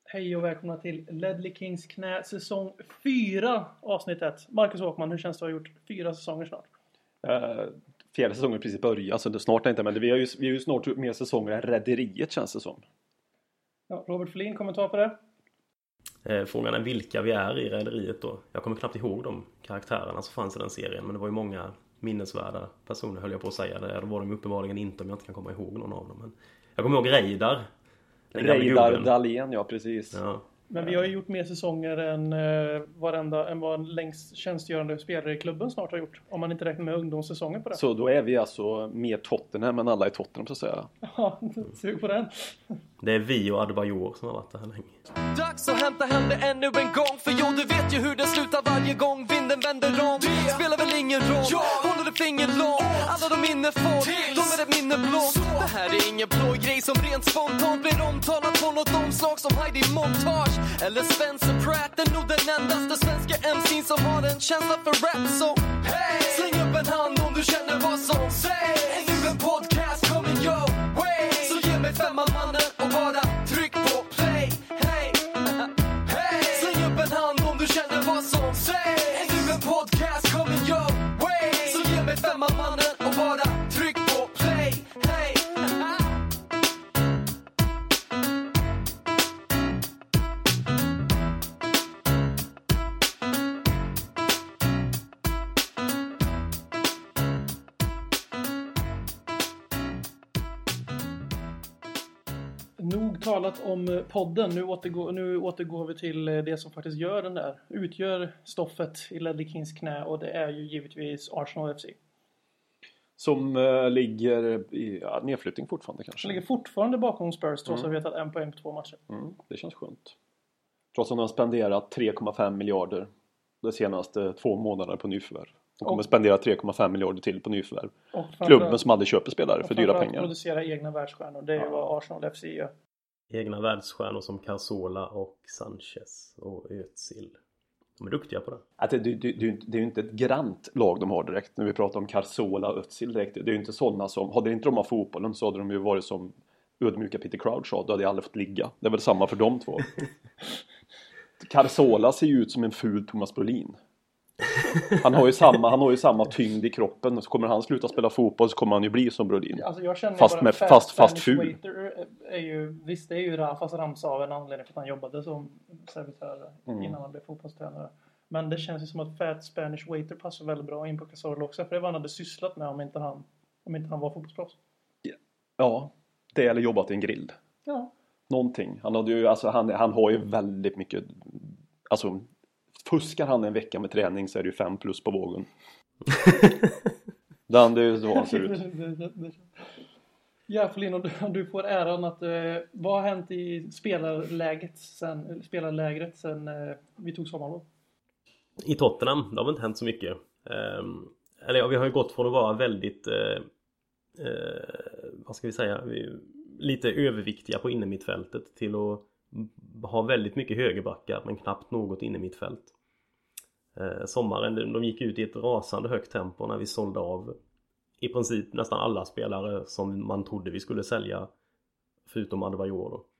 Hej och välkomna till Ledley Kings knä säsong 4 avsnitt 1. Marcus Åkman, hur känns det att ha gjort 4 säsonger snart? Fjärde säsongen precis börjat, så det snart inte, men vi är ju snart mer säsonger än Rederiet, känns det som. Ja, Robert Flin, kommentar på det? Frågan är vilka vi är i Rederiet då. Jag kommer knappt ihåg de karaktärerna som fanns i den serien, men det var ju många minnesvärda personer, höll jag på att säga. Det var de uppenbarligen inte, om jag inte kan komma ihåg någon av dem. Men jag kommer ihåg Reidar Dahlén, ja precis. Ja. Men vi har ju gjort mer säsonger än vad en längst tjänstgörande spelare i klubben snart har gjort. Om man inte räknar med ungdomssäsonger på det. Så då är vi alltså mer Tottenham än alla i Tottenham, så att säga. Ja, sug på den. Det är vi och Adebayor som har varit där länge. Dags att hämta hem det ännu en gång. För jo, du vet ju hur det slutar varje gång vinden vänder om. Det spelar väl ingen roll, håller du finger långt. Alla de minne får, de är ett minne blått. Det här är ingen blå grej som rent spontant blir omtalat på något omslag som Heidi Montage eller Spencer Pratt. Är nog den endaste svenska MC'n som har en känsla för rap. Så hey, släng upp en hand om du känner vad som sägs. Är nu en podcast coming your way. Så ge mig 5 mannen och bara tryck på play. Hey, hey, släng upp en hand om du känner vad som sägs. Är nu en podcast coming your way. Så ge mig 5 mannen och bara tryck på play. Hey. Nog talat om podden. Nu återgår vi till det som faktiskt utgör stoffet i Ledley Kings knä, och det är ju givetvis Arsenal FC. Som ligger i nedflyttning fortfarande kanske. Som ligger fortfarande bakom Spurs, trots att vi har tagit 1 poäng på 2 matcher. Det känns skönt. Trots att de har spenderat 3,5 miljarder de senaste 2 månaderna på nyförvärv. De kommer spendera 3,5 miljarder till på nyförvärv. Klubben som aldrig köper spelare för dyra pengar. Producera egna världsstjärnor. Det är ju vad Arsenal FC gör. Egna världsstjärnor som Cazorla och Sanchez och Özil. De är duktiga på det. Att det är ju inte ett grant lag de har direkt. När vi pratar om Cazorla och Özil direkt. Det är ju inte sådana som... Hade inte de av fotbollen så hade de ju varit som ödmjuka Peter Crouch sa. Då hade jag aldrig fått ligga. Det är väl samma för de två. Cazorla ser ju ut som en ful Thomas Brolin. Han har ju samma tyngd i kroppen, och så kommer han sluta spela fotboll så kommer han ju bli som Brodin. Alltså jag känner fast ful. Är ju, visst, det är ju fast Ramsa av en anledning för att han jobbade som servitör innan han blev fotbollstränare. Men det känns ju som att Fat Spanish Waiter passar väldigt bra in på Cazorla också, för det var han hade sysslat med om inte han var fotbollsproffs. Ja, det eller jobbat i en grill. Ja. Någonting. Han har ju väldigt mycket, alltså fuskar han en vecka med träning så är det ju 5+ på vågen. Det är ju så han ser ut. Ja, Flin, om du får äran att... vad har hänt i spelarlägret sen vi tog sommarlov? I Tottenham, det har väl inte hänt så mycket. Vi har ju gått från att vara väldigt... vad ska vi säga? Lite överviktiga på innermittfältet till att har väldigt mycket högerbackar men knappt något inne i mittfält. Sommaren, de gick ut i ett rasande högt tempo när vi sålde av i princip nästan alla spelare som man trodde vi skulle sälja, förutom Adebayor då.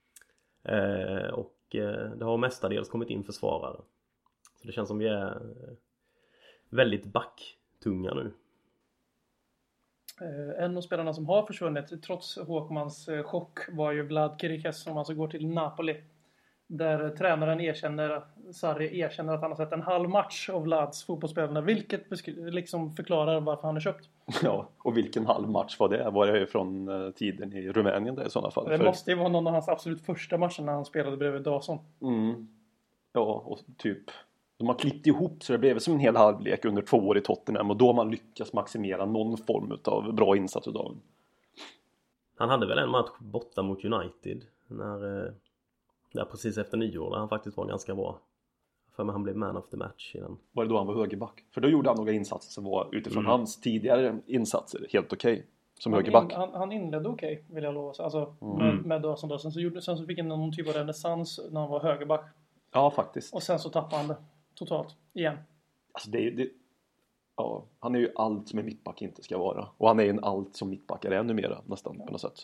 Det har mestadels kommit in försvarare. Så det känns som vi är väldigt backtunga nu. En av spelarna som har försvunnit trots Håkmans chock var ju Vlad Chiriches, som alltså går till Napoli. Där tränaren Sarri erkänner att han har sett en halv match av Vlads fotbollsspelande, vilket liksom förklarar varför han är köpt. Ja, och vilken halv match var det? Var det från tiden i Rumänien där i sådana fall? Det måste ju vara någon av hans absolut första matcher när han spelade bredvid Dawson. Ja, och typ... De har klippt ihop så det blev som en hel halvlek under 2 år i Tottenham, och då har man lyckats maximera någon form av bra insats utav dem. Han hade väl en match borta mot United där precis efter nyår, där han faktiskt var ganska bra. För han blev man of the match i den. Var det då han var högerback? För då gjorde han några insatser som var utifrån hans tidigare insatser helt okej. Som högerback. Han inledde okej, vill jag lova. Alltså med Dawson då. Sen så fick han någon typ av renässans när han var högerback. Ja, faktiskt. Och sen så tappade han det totalt igen. Alltså ja, han är ju allt som en mittback inte ska vara. Och han är ju en allt som mittbackare ännu mera nästan på något sätt sådär.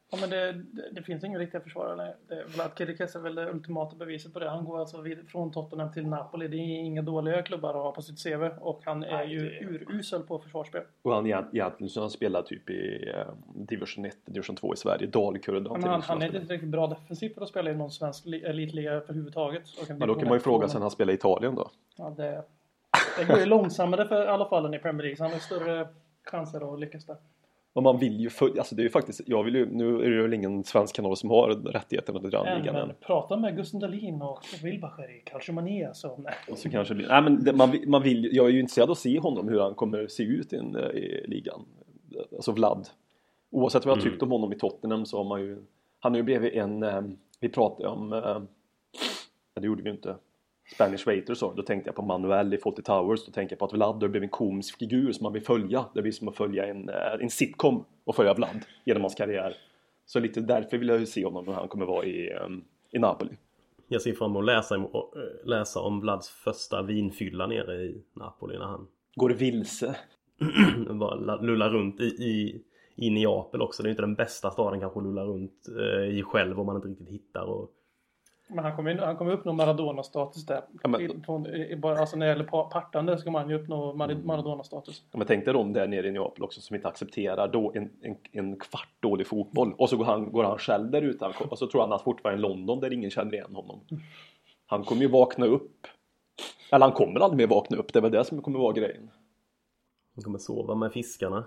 Ja, men det finns ingen riktiga försvarare. Vlad Kirikes är väl det ultimata beviset på det. Han går alltså från Tottenham till Napoli. Det är inga dåliga klubbar att ha på sitt CV. Och han är urusel på försvarsspel. Och han egentligen så han spelar typ i division 1, division 2 i Sverige. Dalkurd. Men han är inte riktigt bra defensivt för att spela i någon svensk elitliga överhuvudtaget. Men då kan man ju fråga sig när han spelar i Italien då. Ja, det går ju långsammare för i alla fall än i Premier League. Så han har större chanser att lyckas där. Och man vill ju alltså det är ju faktiskt, nu är det väl ingen svensk kanal som har rättigheten att dra ligan än. Prata med Gusten Dahlin och Wilbacher i Calciomania så kanske blir, nej men man vill, jag är ju intresserad att se honom hur han kommer se ut i ligan. Alltså Vlad. Oavsett vad jag tyckte om honom i Tottenham så har man ju, han har ju blivit vi pratade om det gjorde vi ju inte. Spanish Waiter så, då tänkte jag på Manuel i Fawlty Towers, då tänkte jag på att Vlad blev en komisk figur som man vill följa. Det blir som att följa en sitcom och följa Vlad genom hans karriär. Så lite därför vill jag ju se honom när han kommer vara i Napoli. Jag ser fram emot att läsa om Vlads första vinfylla nere i Napoli när han går vilse. bara lullar runt i Neapel också. Det är inte den bästa staden kanske att lulla runt i själv om man inte riktigt hittar Men han kommer uppnå Maradona-status där. Alltså när det gäller partande ska man ju uppnå Maradona-status. Men tänk dig de där nere i Neapel också som inte accepterar då en kvart dålig fotboll. Och så går han själv där ute. Och så tror han att fortfarande är London där ingen känner igen honom. Han kommer ju vakna upp. Eller han kommer aldrig mer vakna upp. Det är väl det som kommer vara grejen. Han kommer sova med fiskarna.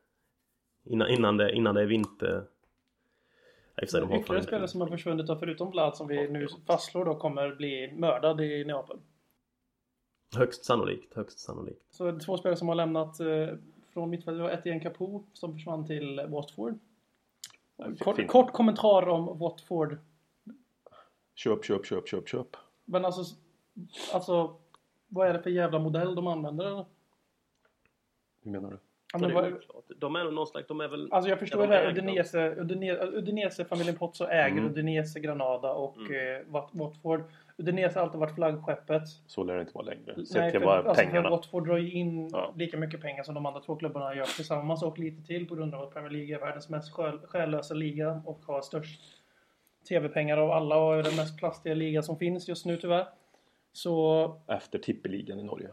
Innan det är vinter. Ytterligare spelare som har försvunnit och förutom Vlad som vi nu fastslår då kommer bli mördad i Neapel. Högst sannolikt. Så 2 spelare som har lämnat från mittfältet var Etienne Capoue som försvann till Watford. Kort kommentar om Watford. Köp. Men alltså vad är det för jävla modell de använder eller? Hur menar du? De är någon slags, de är väl... Alltså jag förstår det. Udinese-familjen Pozzo äger Udinese, Granada och Watford. Udinese har alltid varit flaggskeppet. Så lär det inte vara längre. Nej, för Watford drar ju in lika mycket pengar som de andra 2 klubbarna gör tillsammans och lite till på grund av att Premier League är världens mest själlösa liga och har störst tv-pengar av alla och är den mest plastiga liga som finns just nu tyvärr. Så... Efter tippeligan i Norge.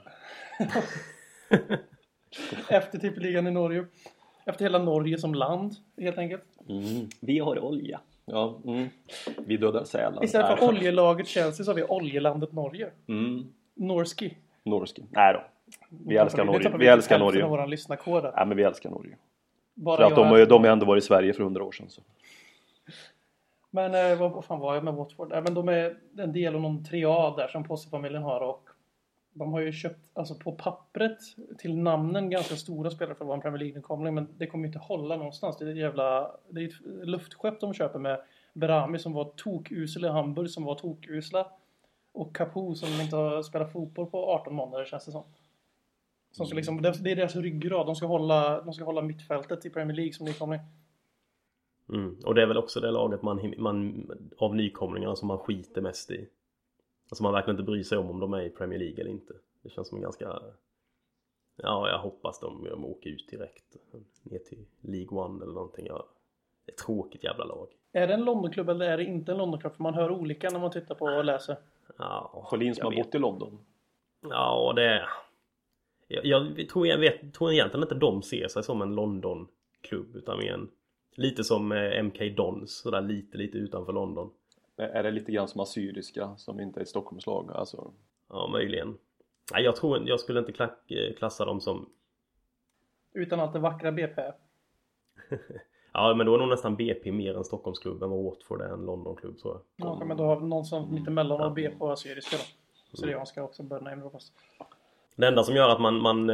Efter tippeligan i Norge. Efter hela Norge som land, helt enkelt. Vi har olja. Ja, vi dödar sälar. Istället för oljelaget Chelsea så har vi oljelandet Norge. Norski. Nej då. Vi älskar Norge. Vi älskar Norge. Våran lyssnarkår där. Nej, men vi älskar Norge. Bara för att de har ändå varit i Sverige för 100 år sedan. Så. Men vad fan var jag med Watford? Men de är en del av någon 3A där som Posse-familjen har och de har ju köpt, alltså på pappret till namnen ganska stora spelare för att vara en Premier League-inkomling, men det kommer ju inte hålla någonstans. Det är ett luftskepp de köper med Berami som var tokusel i Hamburg som var tokusla och Capoue som inte har spelat fotboll på 18 månader känns det som. Som ska liksom, det är deras ryggrad. De ska hålla mittfältet i Premier League som nykomling. Och det är väl också det laget man av nykomlingarna som man skiter mest i. Alltså man verkligen inte bryr sig om de är i Premier League eller inte. Det känns som en ganska... Ja, jag hoppas de åker ut direkt. Ner till League One eller någonting. Ja, det är ett tråkigt jävla lag. Är det en Londonklubb eller är det inte en Londonklubb? För man hör olika när man tittar på och läser. Ja, Collin som har bott i London. Ja, det är... Jag tror egentligen inte de ser sig som en Londonklubb. Utan mer lite som MK Dons. Sådär lite utanför London. Är det lite grann som assyriska som inte är ett Stockholmslag? Alltså. Ja, möjligen. Nej, jag skulle inte klassa dem som... Utan allt det vackra BP. Ja, men då är nog nästan BP mer än Stockholmsklubben och Watford är en Londonklubb, så. Ja, men då har vi någon som lite mellan och BP och assyriska då. Syrianska också börna in fast. Det enda som gör att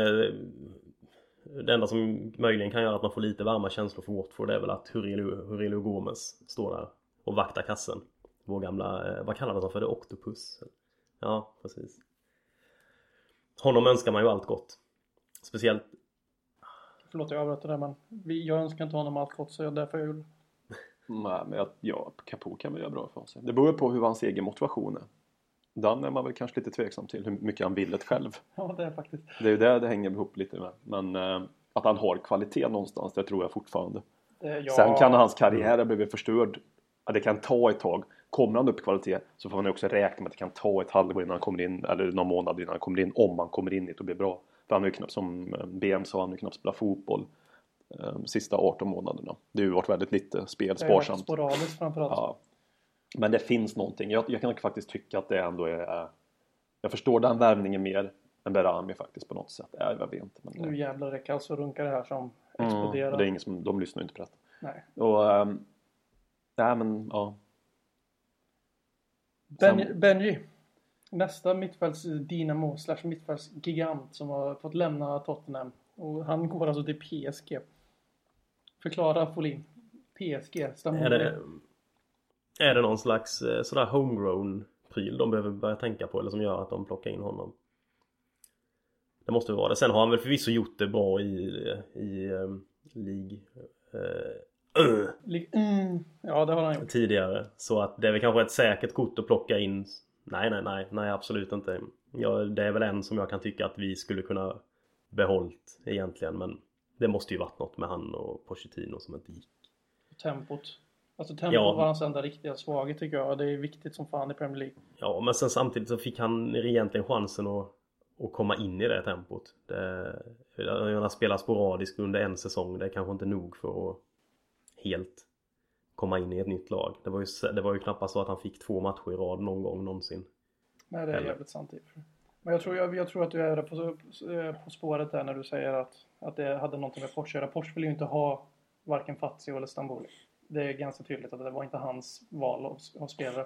det enda som möjligen kan göra att man får lite varma känslor för Watford är väl att Hurilo Gomes står där och vaktar kassen. Vår gamla, vad kallar de för det? Octopus. Ja, precis. Honom önskar man ju allt gott. Speciellt... Förlåt, jag avbröt det där, men jag önskar inte honom allt gott, så jag därför jag gjorde. Nej, men Capoue kan väl göra bra för sig. Det beror på hur hans egen motivation är. Den är man väl kanske lite tveksam till, hur mycket han vill det själv. Ja, det är faktiskt. Det är ju det hänger ihop lite med. Men att han har kvalitet någonstans, det tror jag fortfarande. Sen kan hans karriär ha blivit förstörd. Ja, det kan ta ett tag. Kommer han upp i kvalitet så får man också räkna med att det kan ta ett halvår innan han kommer in. Eller någon månad innan han kommer in. Om han kommer in dit och blir bra. För han är ju knappt, som BM sa, han har ju knappt spelat fotboll sista 18 månaderna. Det har ju varit väldigt lite spel, sparsamt. Sporadiskt framförallt. Ja. Men det finns någonting. Jag kan faktiskt tycka att det ändå är... Jag förstår den värvningen mer än Berami faktiskt på något sätt. Jag vet inte. Men nu jävlar räcker alltså runkar det här som exploderar. Det är ingen som... De lyssnar ju inte på detta. Nej. Och... nej men, ja. Benji. Nästa mittfältsdynamo / mittfältsgigant som har fått lämna Tottenham. Och han går alltså till PSG. Förklara Folin. PSG. Är det någon slags sådär homegrown pryl de behöver börja tänka på, eller som gör att de plockar in honom? Det måste vara det. Sen har han väl förvisso gjort det bra i League. Ja, det har han gjort. Tidigare. Så att det är väl kanske ett säkert kort att plocka in. Nej, absolut inte. Det är väl en som jag kan tycka att vi skulle kunna behållt egentligen. Men det måste ju varit något med han och Pochettino som inte gick. Tempot. Alltså tempot var hans enda riktiga svaghet tycker jag. Det är viktigt som fan i Premier League. Ja, men sen samtidigt så fick han egentligen chansen att komma in i det tempot. Han spelar sporadiskt under en säsong. Det är kanske inte nog för att helt komma in i ett nytt lag. Det var ju knappast så att han fick 2 matcher i rad någon gång någonsin. Nej, det är jävligt sant. Men jag tror att du är på spåret där när du säger att det hade någonting med Porsche. Porsche vill ju inte ha varken Fazio eller Stambouli. Det är ganska tydligt att det var inte hans val av spelare.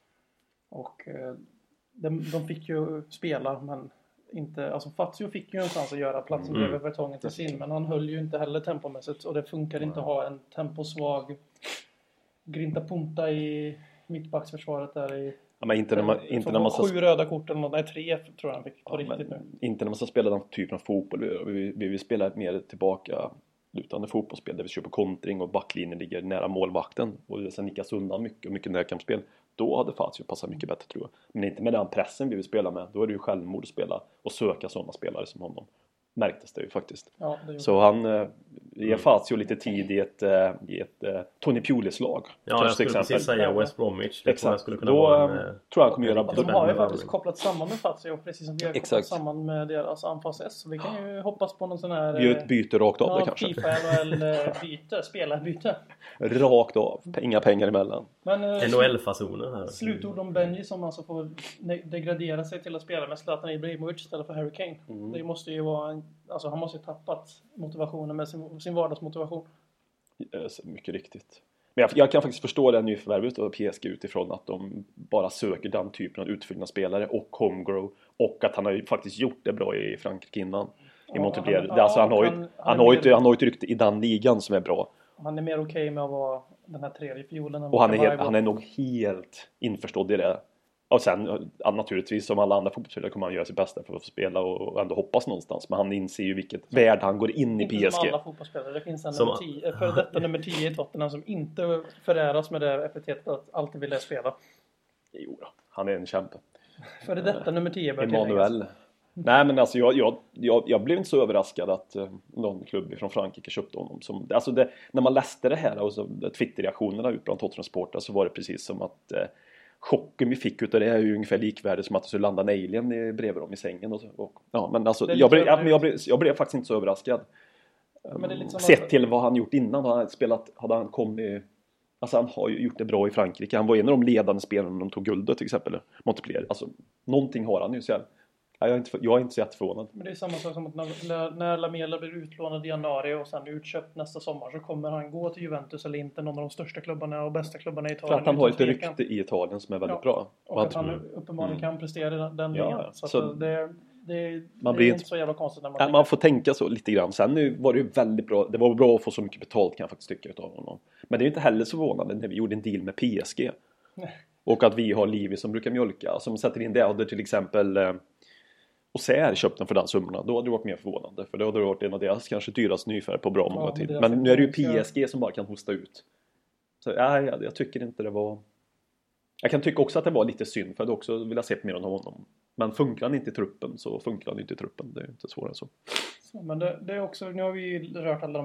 Och de fick ju spela, men inte... Alltså Fazio fick ju en chans att göra platsen bredvid Vertongen till sin, men han höll ju inte heller tempomässigt. Och det funkar inte att ha en temposvag Grinta Punta i mittbacksförsvaret där i... Ja, men inte när man 7 röda kort eller något. Nej, 3 tror jag han fick på riktigt nu. Inte när man ska spela den typen av fotboll. Vi vill spela ett mer tillbaka lutande fotbollsspel där vi kör på kontring och backlinjen ligger nära målvakten och sen nickas undan mycket närkampsspel. Då hade Fazio passat mycket bättre tror jag. Men inte med den pressen vi vill spela med. Då är det ju självmord att spela och söka sådana spelare som honom. Märktes det ju faktiskt. Ja, så han ger Fazio lite tid i ett Tony Pulis-lag. Ja, jag skulle precis säga West Bromwich. Exakt. Skulle kunna då vara tror jag han kommer göra... De har ju faktiskt kopplat samman med Fazio precis som vi har kopplat Exakt. samman med deras anfalls S. Så vi kan ju hoppas på någon sån här... Vi gör ett byte rakt av det kanske. FIFA NHL-byte, spelarbyte. Rakt av. Inga pengar emellan. NHL-fasoner här. Slutord om Benji som alltså får degradera sig till att spela med Zlatan Ibrahimovic istället för Harry Kane. Det måste ju vara alltså han måste ju tappat motivationen med sin vardagsmotivation. Mycket riktigt. Men jag kan faktiskt förstå det nyförvärvet av PSG utifrån att de bara söker den typen av utfyllnadsspelare och homegrow och att han har ju faktiskt gjort det bra i Frankrike innan i Montpellier. Han har ju ett rykte i den ligan som är bra. Han är mer okej med att vara den här tredje fiolen. Och han är nog helt införstådd i det. Och sen naturligtvis som alla andra fotbollsspelare kommer han göra sitt bästa för att få spela och ändå hoppas någonstans. Men han inser ju vilket värld han går in i PSG. Inte som alla fotbollsspelare. Det finns en för detta nummer 10 i Tottenham som inte föräras med det epitetet att alltid vilja spela. Jo då, han är en kämpe. För detta nummer 10 bör Emanuel. Nej men alltså jag blev inte så överraskad att någon klubb från Frankrike köpte honom. När man läste det här och så Twitter-reaktionerna ut bland Tottenham-sportare så var det precis som att chocken vi fick utav det är ju ungefär likvärdigt som att det skulle landa en alien bredvid dem i sängen. Men alltså, jag blev faktiskt inte så överraskad. Sett till vad han gjort innan. Hade han kommit... Alltså han har ju gjort det bra i Frankrike. Han var en av de ledande spelarna när de tog guldet till exempel. Montpellier. Alltså, någonting har han ju. Så jag är inte så jätteförvånad. Men det är samma sak som att när Lamela blir utlånad i januari och sen utköpt nästa sommar så kommer han gå till Juventus eller inte någon av de största klubbarna och bästa klubbarna i Italien. För att han har ett rykte i Italien som är väldigt bra. Och att han uppenbarligen kan prestera den ligan. Så det är inte så jävla konstigt när man får tänka så lite grann. Sen var det ju väldigt bra. Det var bra att få så mycket betalt kan jag faktiskt tycka utav honom. Men det är ju inte heller så förvånande när vi gjorde en deal med PSG. Och att vi har Livi som brukar mjölka. Som sätter in det. Hade till exempel och Sär köpt den för den summorna. Då hade det varit mer förvånande. För då hade det varit en av deras kanske dyrast nyfärg på bra många tid. Men nu är det ju PSG som bara kan hosta ut. Så jag tycker inte det var... Jag kan tycka också att det var lite synd. För jag hade också velat se mer om honom. Men funkar han inte i truppen så funkar han inte i truppen. Det är inte svårare än så. Men det är också... Nu har vi rört alla de här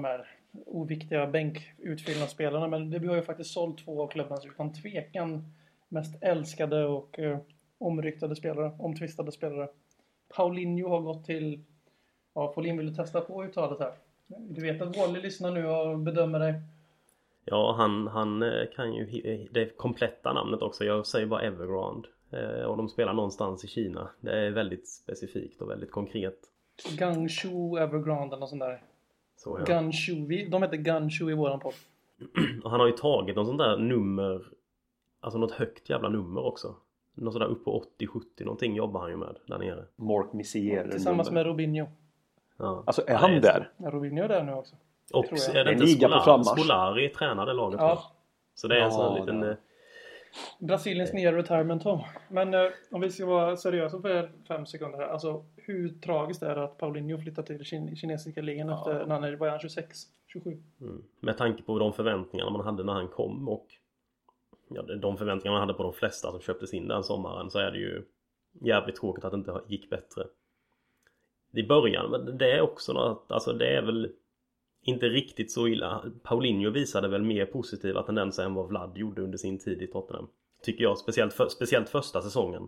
oviktiga bänkutfyllnadsspelarna. Men vi har ju faktiskt sålt 2 av klubbens utan tvekan mest älskade och omryktade spelare, omtvistade spelare. Paulinho har gått till... Ja, Folin, vill du testa på uttalet här? Du vet att Wally lyssnar nu och bedömer dig. Ja, han kan ju det kompletta namnet också. Jag säger bara Evergrande. Och de spelar någonstans i Kina. Det är väldigt specifikt och väldigt konkret. Gunshu Evergrande eller sånt där. Så, ja. Gunshu, de heter Gunshu i våran podd. Och han har ju tagit någon sån där nummer, alltså något högt jävla nummer också. Något sådär upp på 80-70 någonting jobbar han ju med där nere. Mark Messier. Tillsammans med Robinho. Ja. Alltså är han där? Ja, Robinho är där nu också. Och är det inte Scolari tränade laget? Ja. Så det är en sån liten... Brasiliens nya retirement home. Men om vi ska vara seriösa för 5 sekunder här. Alltså hur tragiskt är det att Paulinho flyttar till kinesiska ligan efter när han var 26, 27? Med tanke på de förväntningarna man hade när han kom och de förväntningarna man hade på de flesta som köptes in den sommaren, så är det ju jävligt tråkigt att det inte gick bättre i början. Men det är också något, alltså det är väl inte riktigt så illa. Paulinho visade väl mer positiva tendenser än vad Vlad gjorde under sin tid i Tottenham, tycker jag, speciellt första säsongen.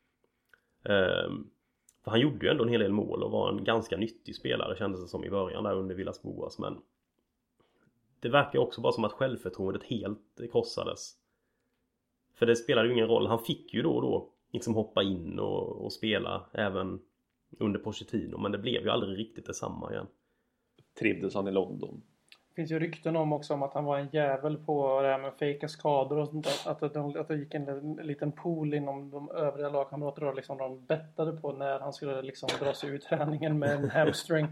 För han gjorde ju ändå en hel del mål och var en ganska nyttig spelare, kändes det som i början där under Villas-Boas. Men det verkar också bara som att självförtroendet helt krossades. För det spelade ju ingen roll. Han fick ju då och då liksom hoppa in och spela även under Pochettino, men det blev ju aldrig riktigt detsamma igen. Trivdes han i London? Det finns ju rykten om också om att han var en jävel på det här med fejka skador och sånt där. Att det gick en liten pool inom de övriga lagkamrater och liksom de bettade på när han skulle liksom dra sig ur träningen med en hamstring.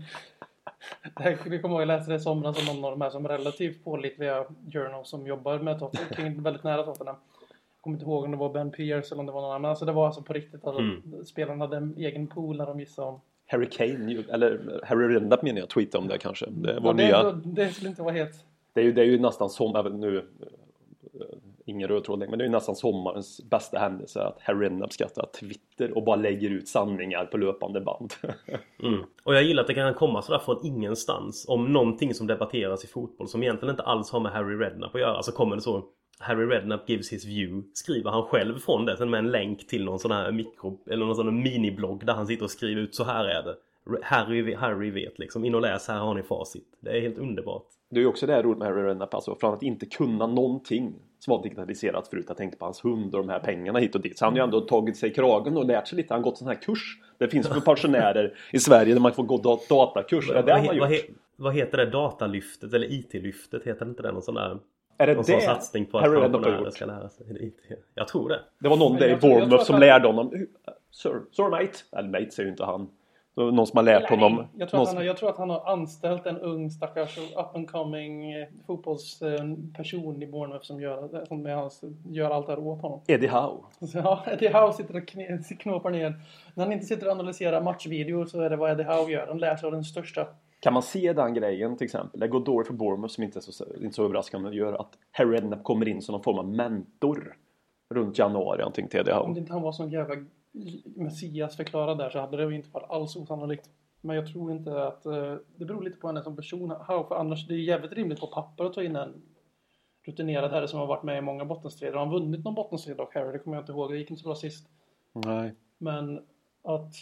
Vi kommer ihåg, jag läste det i somras om någon av de här som relativt pålitliga journal som jobbar med Tottenham, väldigt nära Tottenham. Jag kommer inte ihåg om det var Ben Pierce eller om det var någon annan. Men alltså det var alltså på riktigt att spelarna hade en egen pool när de gissade om. Harry Kane, eller Harry Redknapp menar jag, tweetade om det kanske. Det var det skulle inte vara helt... Det är ju nästan som, även nu, ingen röd tråd längre, men det är ju nästan sommarens bästa händelse att Harry Redknapp skattar Twitter och bara lägger ut sanningar på löpande band. Och jag gillar att det kan komma sådär från ingenstans om någonting som debatteras i fotboll som egentligen inte alls har med Harry Redknapp att göra. Så kommer det så: Harry Redknapp gives his view, skriver han själv från det, sen med en länk till någon sån här eller någon sån här miniblogg där han sitter och skriver ut: så här är det, Harry vet liksom, in och läs, här har ni facit. Det är helt underbart. Det är ju också det här roligt med Harry Redknapp, alltså från att inte kunna någonting som var digitaliserat förut. Jag tänkte på hans hund och de här pengarna hit och dit, så han har ju ändå tagit sig i kragen och lärt sig lite. Han har gått sån här kurs. Det finns för pensionärer i Sverige där man får gå datakurs. Vad heter det? Datalyftet eller IT-lyftet, heter inte det någon sån där? Är det någon det sån satsning på att pensionärer ska lära sig IT? Jag tror det. Det var någon där i Bournemouth som lärde honom. Sir mate. Eller mate säger ju inte han. Någon som har lärt honom. Jag tror att han har anställt en ung stackars up and coming fotbollsperson i Bournemouth som gör allt det här åt honom. Eddie Howe. Ja, Eddie Howe sitter och knåpar ner. När han inte sitter och analyserar matchvideor så är det vad Eddie Howe gör. Han lär sig av den största. Kan man se den grejen till exempel? Det går dåligt för Bournemouth som inte är så överraskande, gör att Harry Redknapp kommer in som någon form av mentor runt januari någonting till Eddie Howe. Om det inte han var sån jävla Messias förklarad där så hade det ju inte varit alls osannolikt. Men jag tror inte att det beror lite på henne som person. För annars det är jävligt rimligt på papper att ta in en rutinerad herre som har varit med i många bottenstrider. Har han vunnit någon bottenstrid dock, Harry? Det kommer jag inte ihåg. Det gick inte så bra sist. Nej. Men att...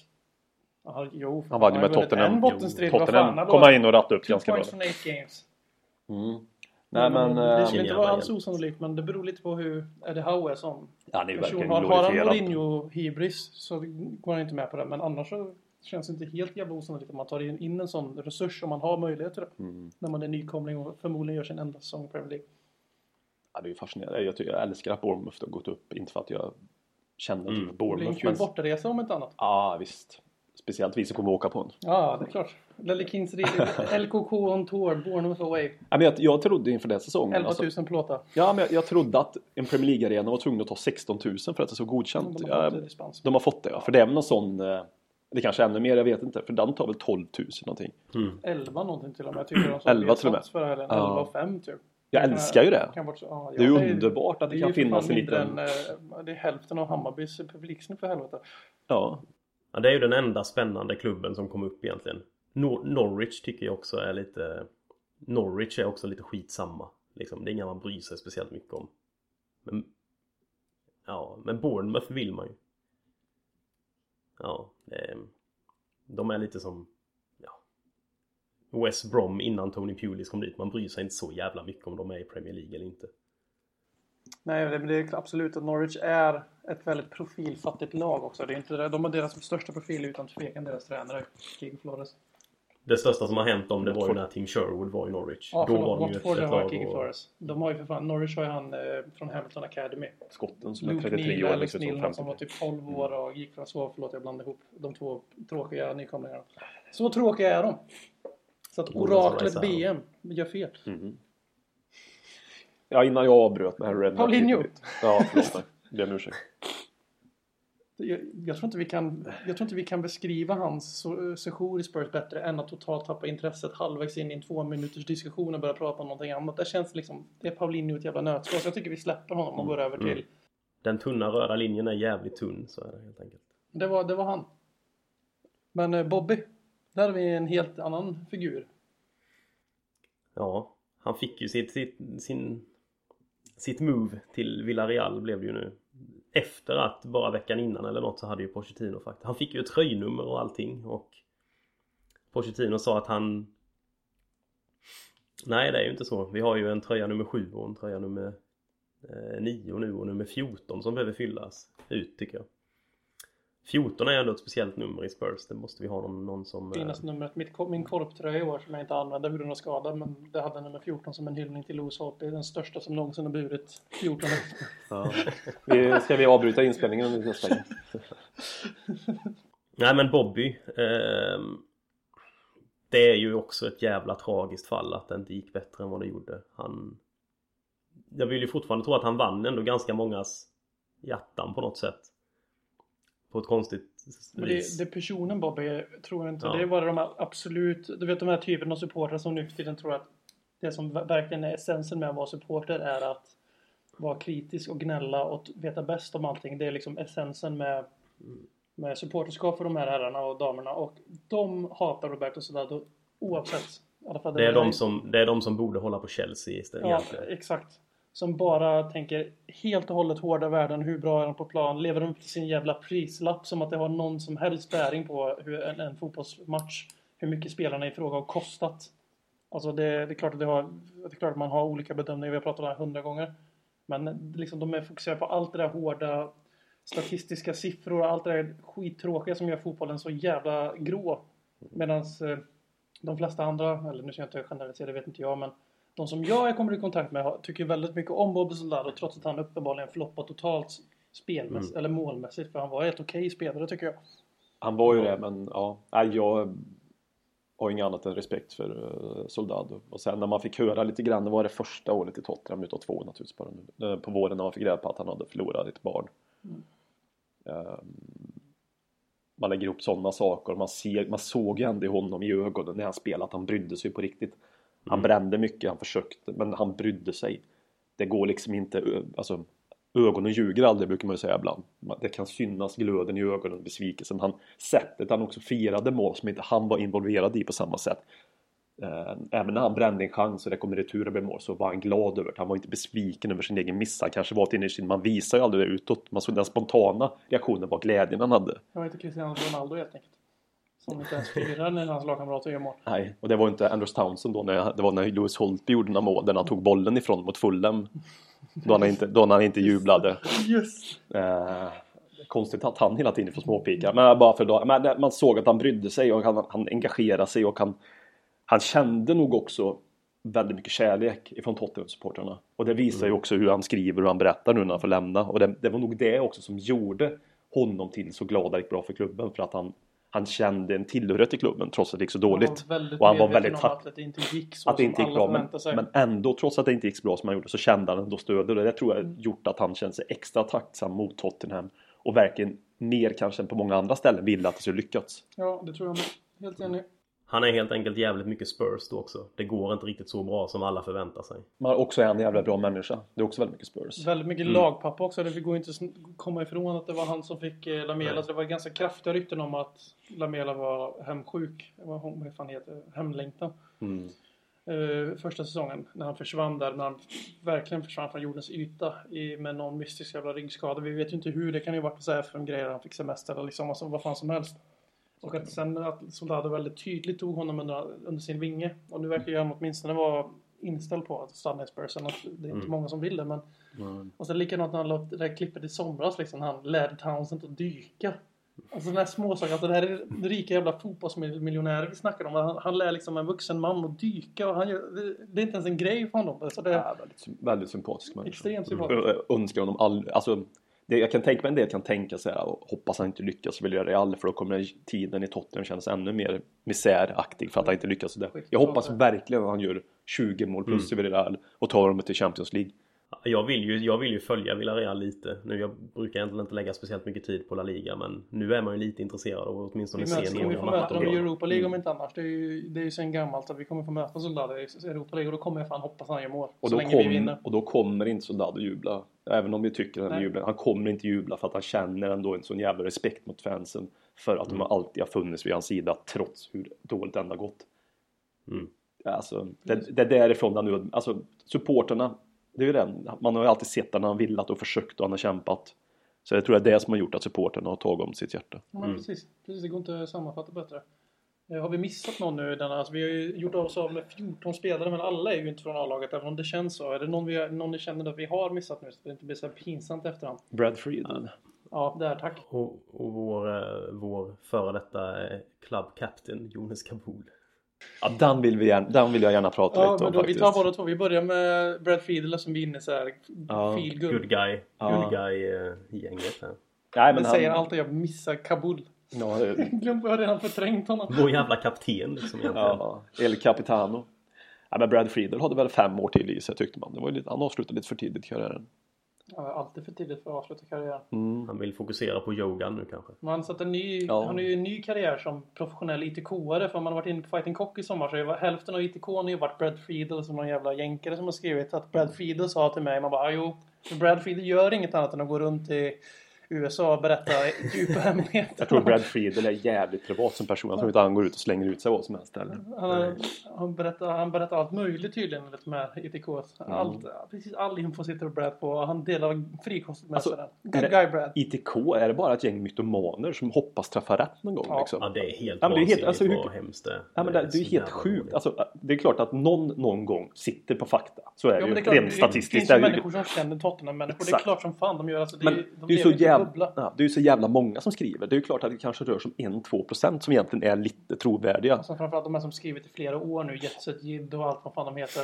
han vann ju med Tottenham. En bottenstrid. Tottenham kom in och rattade upp ganska bra. 2 points from 8 games. Nej, men det skulle inte vara alls osannolikt, men det beror lite på hur Eddie Howe är som person. Har han Mourinho-hybris så går han inte med på det. Men annars så känns det inte helt jävla osannolikt om man tar in en sån resurs om man har möjlighet till det. När man är nykomling och förmodligen gör sin enda säsong i Premier League. Ja, det är ju fascinerande. Jag älskar att Bournemouth har gått upp. Inte för att jag känner till Bournemouth. Det blir en kul bortaresa om inte annat. Ja, visst. Speciellt vi som kommer åka på en. Ja, det är klart. Lelle Kings LKK on tour, Bournemouth away. Ja, men jag trodde inför den säsongen. 11 000 plåta. Ja, men jag trodde att en Premier League-arena var tvungen att ta 16 000 för att det är så godkänt. De har fått det, ja. För det är väl någon sån... Det kanske är ännu mer, jag vet inte. För den tar väl 12 000 någonting. 11 någonting till och med. Jag tycker de 11 till och med. För 11 och 5 typ. Jag älskar ju det. Det är ju underbart att det kan finnas en liten... Det är hälften av Hammarbys publiksnitt för helvete. Ja, det är ju den enda spännande klubben som kom upp egentligen. Norwich tycker jag också är lite Norwich är också lite skitsamma. Liksom. Det är inga man bryr sig speciellt mycket om. Men Bournemouth vill man ju. Ja, de är lite som West Brom innan Tony Pulis kom dit. Man bryr sig inte så jävla mycket om de är i Premier League eller inte. Nej, det är absolut att Norwich är ett väldigt profilfattigt lag också. Det är inte det. De har deras största profil utan tvekan, deras tränare, King Flores. Det största som har hänt om det var ju när Tim Sherwood var i Norwich. Ja, då var de ju ett lag. King Flores. De har ju för fan, Norwich har ju han från Hamilton Academy. Skotten som är Luke 33 Neal, år. Alex Neal som var typ 12 år och gick från förlåt jag blandade ihop de två tråkiga nykomlingarna. Så tråkiga är de. Så att oraklet BM gör fel. Mm. Ja, innan jag avbröt med Harry Paulinho. Ja, förlåt mig. Det är en ursäkt. Jag tror inte vi kan beskriva hans sejour i Spurs bättre än att totalt tappa intresset halvvägs in i en 2 minuters diskussion och börja prata om någonting annat. Det känns liksom, det är Paulinho ett jävla nötskal. Så jag tycker vi släpper honom och går över till... Den tunna röda linjen är jävligt tunn, så är det helt enkelt. Det var han. Men Bobby, där har vi en helt annan figur. Ja, han fick ju sitt move till Villarreal blev det ju nu. Efter att bara veckan innan eller något så hade ju Pochettino faktiskt. Han fick ju ett tröjnummer och allting. Och Pochettino sa att han... Nej, det är ju inte så. Vi har ju en tröja nummer 7 och en tröja nummer 9 nu och nummer 14 som behöver fyllas ut, tycker jag. 14 är ändå ett speciellt nummer i Spurs. Det måste vi ha någon som... Finaste numret. Min korptröja i år som jag inte använde hur den var skadad. Men det hade nummer 14 som en hyllning till Lewis Hope. Det är den största som någonsin har burit 14. Ja. Ska vi avbryta inspelningen om vi ska stänga? Nej, men Bobby... det är ju också ett jävla tragiskt fall att det inte gick bättre än vad det gjorde. Jag vill ju fortfarande tro att han vann ändå ganska mångas hjärtan på något sätt. På ett konstigt vis. Det personen Bobby tror jag inte. Ja. Det är bara de här absolut... Du vet de här typen av supportrar som nu för tiden tror att det som verkligen är essensen med att vara supporter är att vara kritisk och gnälla och veta bäst om allting. Det är liksom essensen med supporterskap för de här herrarna och damerna. Och de hatar Roberto Soldado oavsett. I alla fall det är de som borde hålla på Chelsea istället. Ja, exakt. Som bara tänker helt och hållet hårda värden. Hur bra är de på plan? Lever de upp till sin jävla prislapp som att det har någon som helst bäring på en fotbollsmatch? Hur mycket spelarna i fråga har kostat? Alltså det är klart att det är klart att man har olika bedömningar. Vi har pratat om det här 100 gånger. Men liksom de är fokuserade på allt det där hårda statistiska siffror och allt det där skittråkiga som gör fotbollen så jävla grå. Medan de flesta andra, eller nu ska jag inte generalisera, det vet inte jag, men de som jag kommer i kontakt med tycker väldigt mycket om Bobby Soldado trots att han uppenbarligen floppar totalt spelmässigt eller målmässigt, för han var ett okej spelare tycker jag. Han var ju det, men ja, jag har inget annat än respekt för Soldado. Och sen när man fick höra lite grann, det var det första året i Tottenham utav 2 naturligtvis bara nu, på våren när man fick reda på att han hade förlorat ett barn. Man lägger ihop sådana saker, man såg ju ändå i honom i ögonen när han spelade att han brydde sig på riktigt. Han brände mycket, han försökte, men han brydde sig. Det går liksom inte, alltså ögonen ljuger aldrig, brukar man ju säga ibland. Det kan synas glöden i ögonen, besvikelsen. Sättet han också firade mål som inte han var involverad i på samma sätt. Även när han brände en chans och det kom retur och blev mål, så var han glad över det. Han var inte besviken över sin egen miss. Han kanske var till innerst, man visar ju aldrig det utåt. Man såg den spontana reaktionen var glädjen han hade. Jag var inte Cristiano Ronaldo helt enkelt. Som inte ens firar när hans lagkamrater gör mål. Nej, och det var inte Andrews Townsend då. Det var när Lewis Holtby gjorde några mål. Där han tog bollen ifrån mot Fulham. Då han inte jublade. Just. Konstigt att han hela tiden får småpika. Men bara för då, men man såg att han brydde sig och han engagerade sig. Och han kände nog också väldigt mycket kärlek ifrån Tottenham-supporterna. Och det visar ju också hur han skriver och hur han berättar nu när han får lämna. Och det var nog det också som gjorde honom till så glad och gick bra för klubben. För att han kände en tillhörighet i klubben trots att det gick så dåligt. Och han var väldigt tack att det inte gick så att det som inte gick alla bra, sig. men ändå trots att det inte gick så bra som han gjorde så kände han ändå stöd. Och det tror jag gjort att han kände sig extra tacksam mot Tottenham. Och verkligen mer kanske än på många andra ställen ville att det skulle lyckats. Ja, det tror jag med. Helt enig. Han är helt enkelt jävligt mycket Spurs då också. Det går inte riktigt så bra som alla förväntar sig. Men också är han en jävla bra människa. Det är också väldigt mycket Spurs. Väldigt mycket lagpappa också. Det går inte att komma ifrån att det var han som fick Lamela. Så det var ganska kraftiga rykten om att Lamela var hemsjuk. Vad fan heter hemlängtan. första säsongen när han försvann där, när han verkligen försvann från jordens yta med någon mystisk jävla ryggskada. Vi vet ju inte hur, det kan ju varit så här för en grej, han fick semester eller liksom vad fan som helst. Och att sen att Soldado väldigt tydligt tog honom under sin vinge, och nu verkar ju han åtminstone vara inställd på att stanna i Spurs. Det är inte många som vill det, men och sen likadant när han låt det där klippet i somras liksom, han lärde Townsend att dyka. Alltså den här småsaker, alltså det här är rika jävla fotbollsmiljonärer vi snackar om. Han lär liksom en vuxen man att dyka, och det är inte ens en grej för honom. Så det är väldigt sympatisk människa. Extremt sympatisk. Önskar honom alltså jag kan tänka mig en del kan tänka sig och hoppas han inte lyckas vilja göra Real, för då kommer tiden i Tottenham kännas ännu mer misäraktig för att han inte lyckas där. Jag hoppas verkligen att han gör 20 mål plus i Real och tar dem till Champions League. Jag vill ju följa Villarreal lite. Nu jag brukar egentligen inte lägga speciellt mycket tid på La Liga, men nu är man ju lite intresserad av att åtminstone se några matcher. Vi får möta dem i Europa League om inte annars. Det är ju sen gammalt att vi kommer få möta Soldado i Europa League, och då kommer jag fan hoppas han gör mål så länge vi vinner. Och då kommer inte Soldado jubla, även om vi tycker att han jublar. Han kommer inte jubla för att han känner ändå en sån jävla respekt mot fansen, för att de alltid har funnits vid hans sida trots hur dåligt det har gått. Alltså, det är därifrån han nu, alltså supporterna. Det är ju den. Man har ju alltid sett när han villat och försökt och han har kämpat. Så jag tror att det är det som har gjort att supporterna har tagit om sitt hjärta. Ja, precis. Det går inte att sammanfatta bättre. Har vi missat någon nu? Alltså, vi har ju gjort oss av med 14 spelare, men alla är ju inte från A-laget, även om det känns så. Är det någon ni känner att vi har missat nu, så det inte blir så pinsamt efterhand? Brad Friedel. Ja, där, tack. Och vår före detta club captain Jonas Kabul. Ja, den vill jag gärna prata lite om då, faktiskt. Vi tar båda två. Vi börjar med Brad Friedel som vi är inne så här feel good. Good guy-gänget här. Nej, men det säger allt, jag missar Kabul. Glöm vad jag redan förträngt honom. Vår jävla kapten liksom egentligen. Ja, El Capitano. Ja, men Brad Friedel hade väl 5 år till i sig, tyckte man. Det var han avslutade lite för tidigt karriären. Ja, alltid för tidigt för att avsluta karriären. Han vill fokusera på yoga nu kanske. Men han har ju en ny karriär som professionell ITK-are. För om man har varit inne på Fighting Cock i sommar, så är hälften av ITK har ju varit Brad Friedel, som någon jävla jänkare som har skrivit att Brad Friedel sa till mig, man bara, jo, Brad Friedel gör inget annat än att gå runt i USA och berätta djupa hemligheter. Jag tror Brad Friedel är jävligt privat som person. Jag tror inte han går ut och slänger ut sig vad som helst heller. Han berättar allt möjligt tydligen med ITK. Precis all info sitter Brad på. Han delar frikostigt med sig den. Good guy Brad. ITK, är det bara ett gäng mytomaner som hoppas träffa rätt någon gång? Ja, liksom? Ja, det är helt vansinnigt vad hemskt det. Ja, men det är helt sjukt. Alltså, det är klart att någon gång sitter på fakta. Så är det ju rent statistiskt. Det finns ju människor som känner Tottenham-människor. Det är klart som fan de gör. Alltså, det är ju så jävla många som skriver. Det är ju klart att det kanske rör sig om 1-2% som egentligen är lite trovärdiga. Alltså, framförallt de här som skrivit i flera år nu. Jetset Jid och allt vad fan de heter.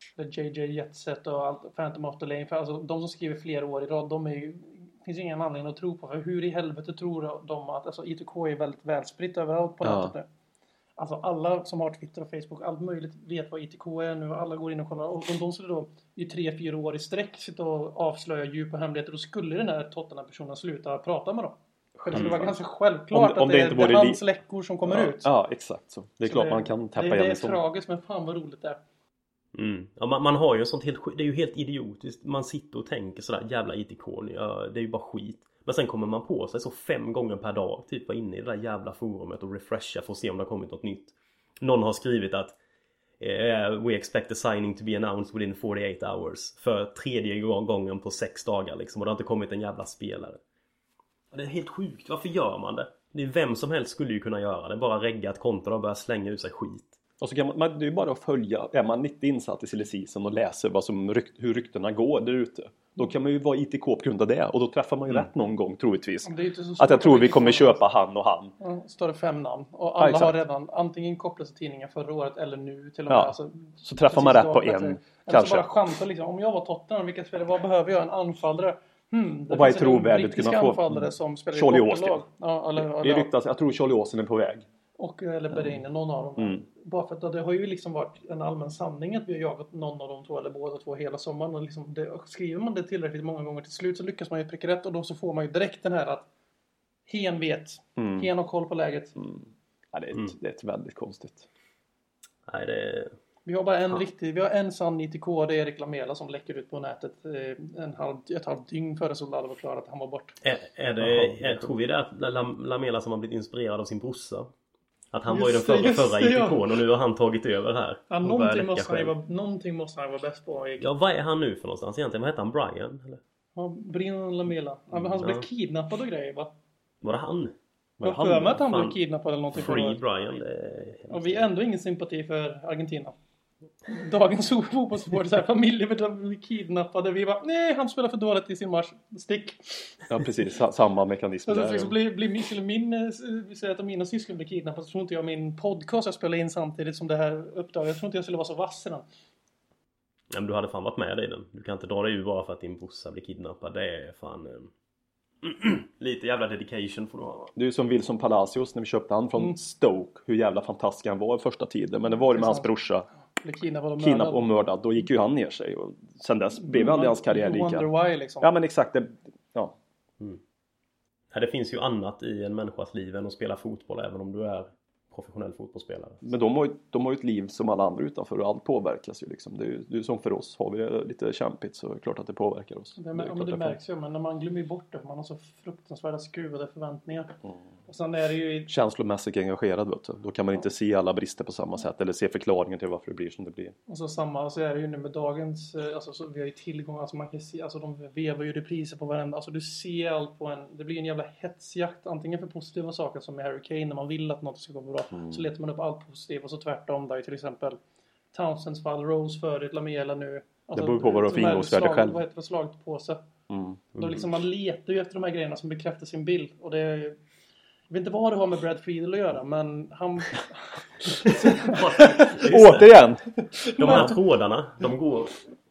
JJ Jetset och allt, Phantom of the Lane. Alltså, de som skriver flera år i rad, de är ju, finns ju ingen anledning att tro på. För hur i helvete tror de att alltså, ITK är väldigt välspritt överallt på nätet nu. Alltså alla som har Twitter och Facebook, allt möjligt vet vad ITK är nu. Alla går in och kollar. Och om de skulle då i 3-4 år i sträck sitta och avslöja djupa hemligheter, då skulle den här Tottenham-personen sluta prata med dem. Det skulle vara ganska självklart att det är hans läckor som kommer ut. Ja, exakt så. Det är klart man kan tappa igen. Det är tragiskt, men fan vad roligt det är. Ja, man har ju sånt det är ju helt idiotiskt. Man sitter och tänker sådär, jävla ITK, det är ju bara skit. Men sen kommer man på sig så 5 gånger per dag typ var inne i det där jävla forumet och refresha för att se om det har kommit något nytt. Någon har skrivit att we expect the signing to be announced within 48 hours. För 3:e gången på 6 dagar liksom, och det har inte kommit en jävla spelare. Det är helt sjukt, varför gör man det? Det är vem som helst skulle ju kunna göra det. Bara regga ett konto och börja slänga ut sig skit. Och så kan man det är ju bara att följa. Är man inte insatt i silly season och läser hur ryktena går där ute, då kan man ju vara ITK på grund av det. Och då träffar man ju rätt någon gång, troligtvis. Att jag tror vi kommer köpa han och han. Ja, står det 5 namn. Och alla har redan antingen kopplat till tidningen förra året eller nu till och med. Ja, alltså, så träffar man rätt på en. Kanske. Bara chansa liksom. Om jag var Tottenham, vilka spelare, vad behöver jag? En anfallare? Och vad är trovärdigt kunna få? Anfallare som spelar i Charlie Austin. Det ryktas, jag tror Charlie Austin är på väg. Eller Berine, någon av dem. Bara för att det har ju liksom varit en allmän sanning att vi har jagat någon av de två eller båda två hela sommaren. Och liksom skriver man det tillräckligt många gånger till slut så lyckas man ju pricka rätt. Och då så får man ju direkt den här att hen vet. Hen har koll på läget. Ja, det är ett väldigt konstigt. Nej, det... Vi har bara vi har en sann ITK, det är Erik Lamela som läcker ut på nätet ett halvt dygn före Soldado var klar att han var bort. Tror vi det att Lamela som har blivit inspirerad av sin brorsa? Att han var ju den förra ITK:n och nu har han tagit över här. Ja, någonting måste han vara bäst på. Ja, vad är han nu för någonstans egentligen? Vad heter han? Brian? Eller? Ja, Brian Lamela. Han som blev kidnappad och grejer, va? Var det han? Jag för mig att han blev kidnappad eller någonting. Free Brian. Och vi har ändå ingen sympati för Argentina. Dagens fotbollssport, så här, familjer blir kidnappade. Vi bara, nej, han spelar för dåligt i sin match. Stick. Ja, precis. Samma mekanism där. Så säger att mina syskon blir kidnappade, så tror inte jag min podcast jag spelar in samtidigt som det här uppdraget. Jag tror inte jag skulle vara så vass i den. Ja, men du hade fan varit med i den. Du kan inte dra dig ur bara för att din brorsa blir kidnappad. Det är fan... lite jävla dedication får du ha. Det är ju som Wilson Palacios när vi köpte han från Stoke. Hur jävla fantastisk han var i första tiden. Men det var ju med hans brorsa. Kidnappad och mördad. Då gick ju han ner sig. Och sen dess blev aldrig hans karriär lika. Why, liksom. Ja men exakt. Ja. Det finns ju annat i en människas liv än att spela fotboll. Även om du är professionell fotbollsspelare. Men de har ju ett liv som alla andra utanför. Och allt påverkas ju liksom. Det är ju som för oss. Har vi det lite kämpigt så är det klart att det påverkar oss. Det märks ju. Men när man glömmer bort det. Man har så fruktansvärda skruvade förväntningar. Och sen är det ju... Känslomässigt engagerad, vet du. Då kan man inte se alla brister på samma sätt. Eller se förklaringen till varför det blir som det blir. Och så är det ju nu med dagens... Alltså, så vi har ju tillgång... Alltså man kan se... Alltså de vevar ju repriser på varenda... Alltså du ser allt på en... Det blir en jävla hetsjakt. Antingen för positiva saker som med Harry Kane. När man vill att något ska gå bra. Så letar man upp allt positivt. Och så tvärtom där till exempel... Townsends fall, Rose förut, Lamela nu. Alltså, det beror på vad du har för ingångsvärde själv. Vad heter det? Slaget på sig. Då liksom man letar ju efter de här grejerna som bekräftar sin bild. Och det är... Jag vet inte vad det har med Brad Friedel att göra, men han... Återigen! De här trådarna, de går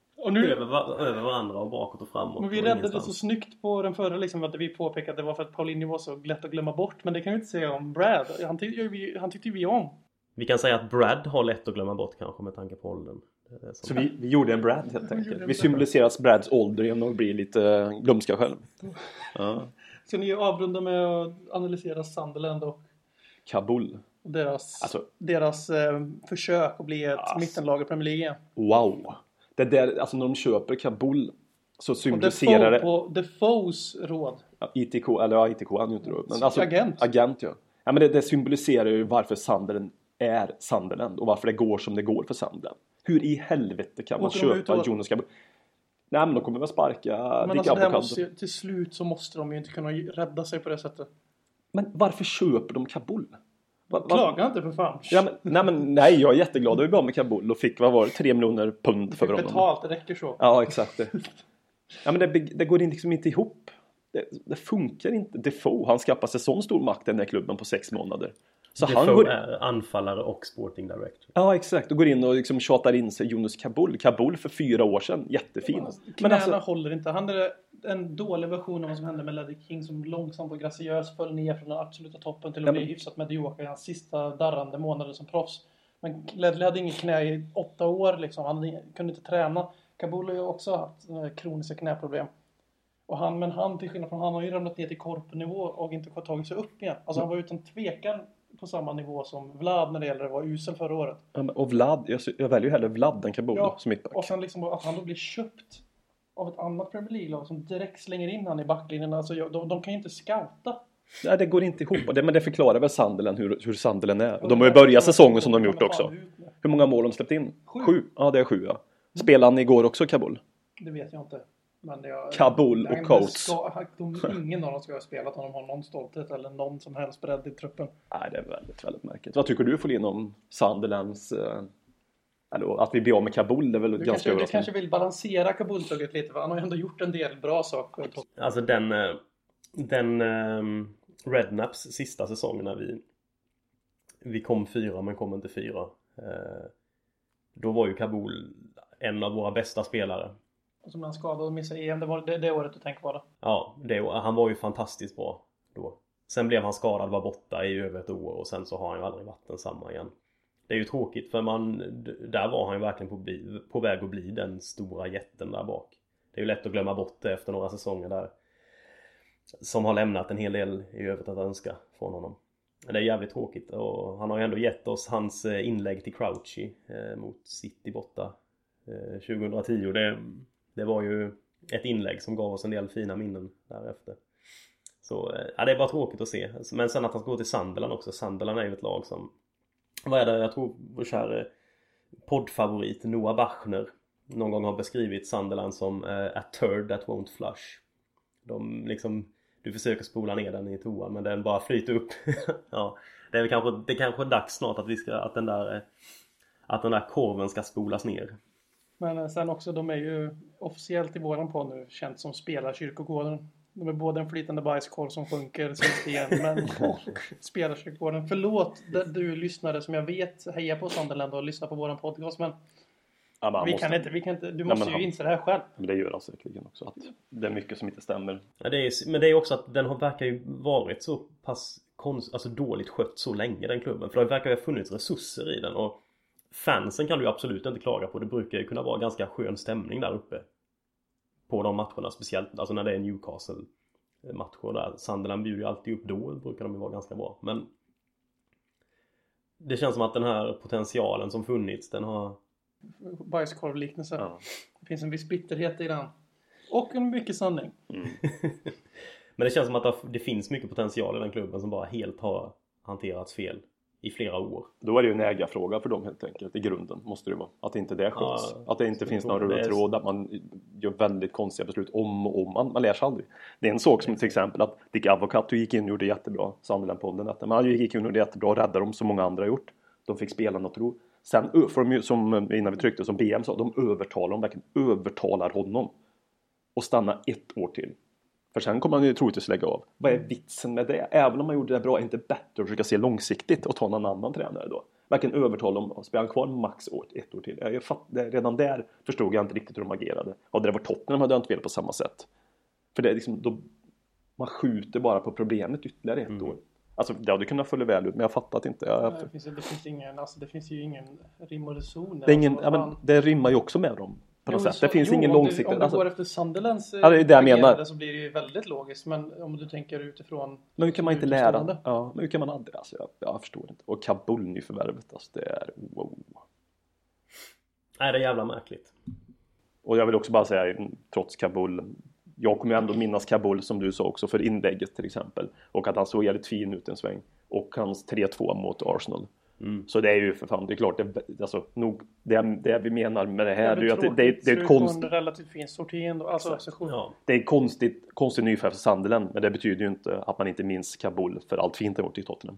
över varandra och bakåt och framåt. Men vi räddade det så snyggt på den förra, liksom, att vi påpekade att det var för att Paulinho var så lätt att glömma bort. Men det kan vi inte säga om Brad. Han tyckte vi om. Vi kan säga att Brad har lätt att glömma bort kanske med tanke på åldern. Så vi gjorde en Brad helt enkelt. Vi symboliserar Brads ålder genom att bli lite glömska själv. Ja. Ska ni avrunda med att analysera Sunderland och Kabul? Deras försök att bli ett mittenlag i Premier League. Wow! Det där, alltså när de köper Kabul så symboliserar det... På Defoes råd. Ja, ITK han inte då. Men alltså, agent, ja. Ja, men det symboliserar ju varför Sunderland är Sunderland och varför det går som det går för Sunderland. Hur i helvete kan man köpa Jonas Kabul? Nej, men de kommer väl sparka. Men alltså det måste, till slut så måste de ju inte kunna rädda sig på det sättet. Men varför köper de Kabul? Klaga inte för fan. Ja, nej, jag är jätteglad att vi var med Kabul och fick, 3 miljoner pund för honom. Betalt, det räcker så. Ja, exakt. Ja, men det går liksom inte ihop. Det funkar inte. Defoe, han skaffar sig sån stor makt i den här klubben på 6 månader. Så Defoe är anfallare och sporting director. Ja, exakt. Och går in och liksom tjatar in sig Jonas Kabul för 4 år sedan. Jättefin. Knäna håller inte. Han är en dålig version av vad som hände med Ledley King som långsamt och graciöst föll ner från den absoluta toppen till att bli hyfsat medioker i hans sista darrande månader som proffs. Men Ledley hade ingen knä i 8 år liksom. Han kunde inte träna. Kabul har ju också haft kroniska knäproblem. Och han till skillnad från han har ju ramlat ner till korpnivå och inte fått tagit sig upp igen. Alltså han var utan tvekan på samma nivå som Vlad när det gäller att vara usel förra året. Och Vlad, jag väljer ju hellre Vlad än Kabul som mittback. Och sen liksom att han då blir köpt av ett annat Premier League-lag som direkt slänger in han i backlinjen. Alltså de kan ju inte scouta. Nej, det går inte ihop. Men det förklarar väl Sunderland hur Sunderland är. De har ju börjat säsongen som de gjort också. Hur många mål de släppt in? 7. Ja, det är 7, ja. Spelade han igår också Kabul? Det vet jag inte. Men Kabul och Coates. Ingen av dem ska ha spelat om de har någon stolthet eller någon som helst bredd i truppen. Nej, det är väldigt, väldigt märkligt. Vad tycker du får in om Sunderlands... att vi blir av med Kabul, det är väl ganska överraskande. Du kanske vill balansera Kabul-tugget lite, för han har ju ändå gjort en del bra saker. Alltså den Rednaps sista säsongen när vi kom 4 men kom inte 4. Då var ju Kabul en av våra bästa spelare. Som han skadade och missade EM, det var det året du tänker på det? Ja, han var ju fantastiskt bra då. Sen blev han skadad, var borta i över 1 år och sen så har han ju aldrig varit densamma igen. Det är ju tråkigt för där var han ju verkligen på väg att bli den stora jätten där bak. Det är ju lätt att glömma bort det efter några säsonger där. Som har lämnat en hel del i övrigt att önska från honom. Det är jävligt tråkigt och han har ju ändå gett oss hans inlägg till Crouchy mot City borta 2010. Det var ju ett inlägg som gav oss en del fina minnen därefter. Så det är bara tråkigt att se. Men sen att han ska gå till Sunderland också. Sunderland är ju ett lag som... Vad är det? Jag tror vår kära poddfavorit Noah Bachner någon gång har beskrivit Sunderland som a turd that won't flush. De liksom... Du försöker spola ner den i toan men den bara flyter upp. Ja, det är kanske dags snart att den där korven ska spolas ner. Men sen också, de är ju officiellt i våran på nu känt som spelarkyrkogården. De är både en flytande bajskorv som sjunker sist igen, men och spelarkyrkogården. Förlåt du lyssnare som jag vet hejar på Sunderland och lyssnar på våran podcast, men vi kan inte, du måste ju inse det här själv. Men det gör han säkerligen också, att det är mycket som inte stämmer. Ja, men det är också att den verkar ju varit så pass dåligt skött så länge, den klubben. För det verkar ju ha funnits resurser i den, och fansen kan du ju absolut inte klaga på. Det brukar ju kunna vara ganska skön stämning där uppe på de matcherna, speciellt alltså när det är Newcastle-matcher där. Sunderland bjuder ju alltid upp, då brukar de ju vara ganska bra. Men det känns som att den här potentialen som funnits, den har... Bajskorvliknelse. Ja. Det finns en viss bitterhet i den. Och en mycket sanning. Men det känns som att det finns mycket potential i den klubben som bara helt har hanterats fel i flera år. Då är det ju en ägarfråga för dem helt enkelt. I grunden måste det vara. Att inte det sköts. Att det inte finns någon röd tråd. Att man gör väldigt konstiga beslut om och om. Man lär sig aldrig. Det är en sak som till exempel att Dick Avocado gick in och gjorde jättebra. Sunderland-podden. Men han gick in och gjorde jättebra och räddade dem som många andra har gjort. De fick spela något ro. Sen, för de, som innan vi tryckte, som BM sa, de övertalar honom. Och stanna 1 år till. För sen kommer han ju troligtvis lägga av. Vad är vitsen med det? Även om man gjorde det bra, är det inte bättre att försöka se långsiktigt och ta någon annan tränare då? Verkligen övertala dem och spela kvar max 1 år till. Redan där förstod jag inte riktigt hur de agerade. Hade det varit Tottenham hade jag inte velat på samma sätt. För det är liksom, man skjuter bara på problemet ytterligare 1 år. Alltså det hade kunnat följa väl ut, men jag fattat inte. Det finns ju ingen rim och reson. Det rimmar ju också med dem. Det finns ingen långsiktig... Om du går efter Sunderlands det är det jag menar. Så blir det ju väldigt logiskt. Men om du tänker utifrån... Men hur kan man inte lära? Ja, men hur kan man aldrig? Alltså, jag förstår inte. Och Kabul nyförvärvet, alltså, det är... Wow. Nej, det är jävla märkligt. Och jag vill också bara säga, trots Kabul... Jag kommer ju ändå minnas Kabul, som du sa också, för inlägget till exempel. Och att han såg jävligt fin ut en sväng. Och hans 3-2 mot Arsenal. Så det är ju för fan, det är klart det vi menar med det här det är ett konstigt, en relativt fin sorti ändå, alltså det är konstigt nyfärd för Sunderland, men det betyder ju inte att man inte minns Kabul för allt fint det gjort i Tottenham.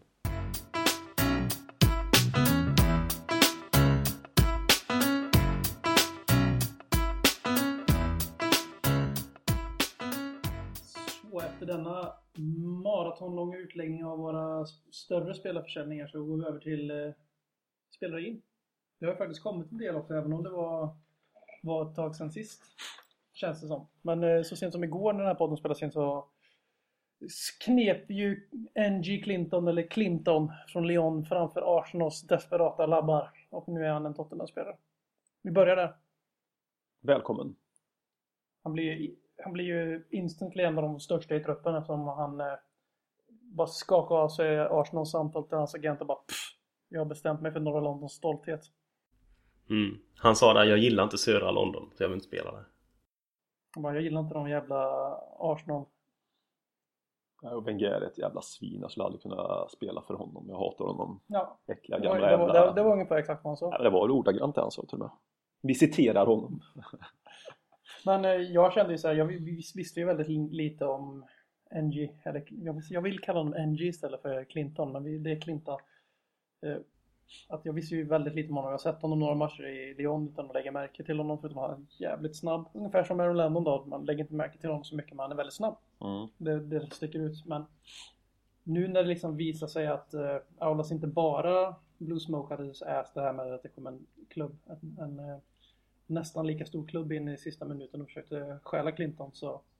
Så efter denna maratonlånga utläggning av våra större spelarförsäljningar så går vi över till spelare in. Det har faktiskt kommit en del också, även om det var ett tag sedan sist, känns det som. Men så sent som igår när den här podden spelades in så knep ju NG Clinton från Lyon framför Arsenals desperata labbar. Och nu är han en Tottenham-spelare. Vi börjar där. Välkommen. Han blir ju instantly en av de största i truppen, eftersom han bara skakar av sig Arsenals samtal till hans agent och bara jag har bestämt mig för norra Londons stolthet. Han sa där, jag gillar inte södra London så jag vill inte spela där. Jag gillar inte de jävla Arsenal. Och Wenger är ett jävla svin. Jag skulle aldrig kunna spela för honom. Jag hatar honom. Ja. Äckliga gamla det var ungefär exakt vad han sa. Ja, det var ordagrant det han sa till mig. Vi citerar honom. Men jag kände ju så här, jag visste ju väldigt lite om NG. Eller, jag vill kalla honom NG istället för Clinton, men det är Clinton. Att jag visste ju väldigt lite om honom. Jag har sett honom några matcher i Lyon utan att lägga märke till honom, förutom att han är jävligt snabb. Ungefär som Aaron Lennon då, man lägger inte märke till honom så mycket, men han är väldigt snabb. Det sticker ut. Men nu när det liksom visar sig att Aulas inte bara Blue Smoke hade ass det här med att det kom en klubb, en nästan lika stor klubb in i sista minuten och försökte stjäla Clinton,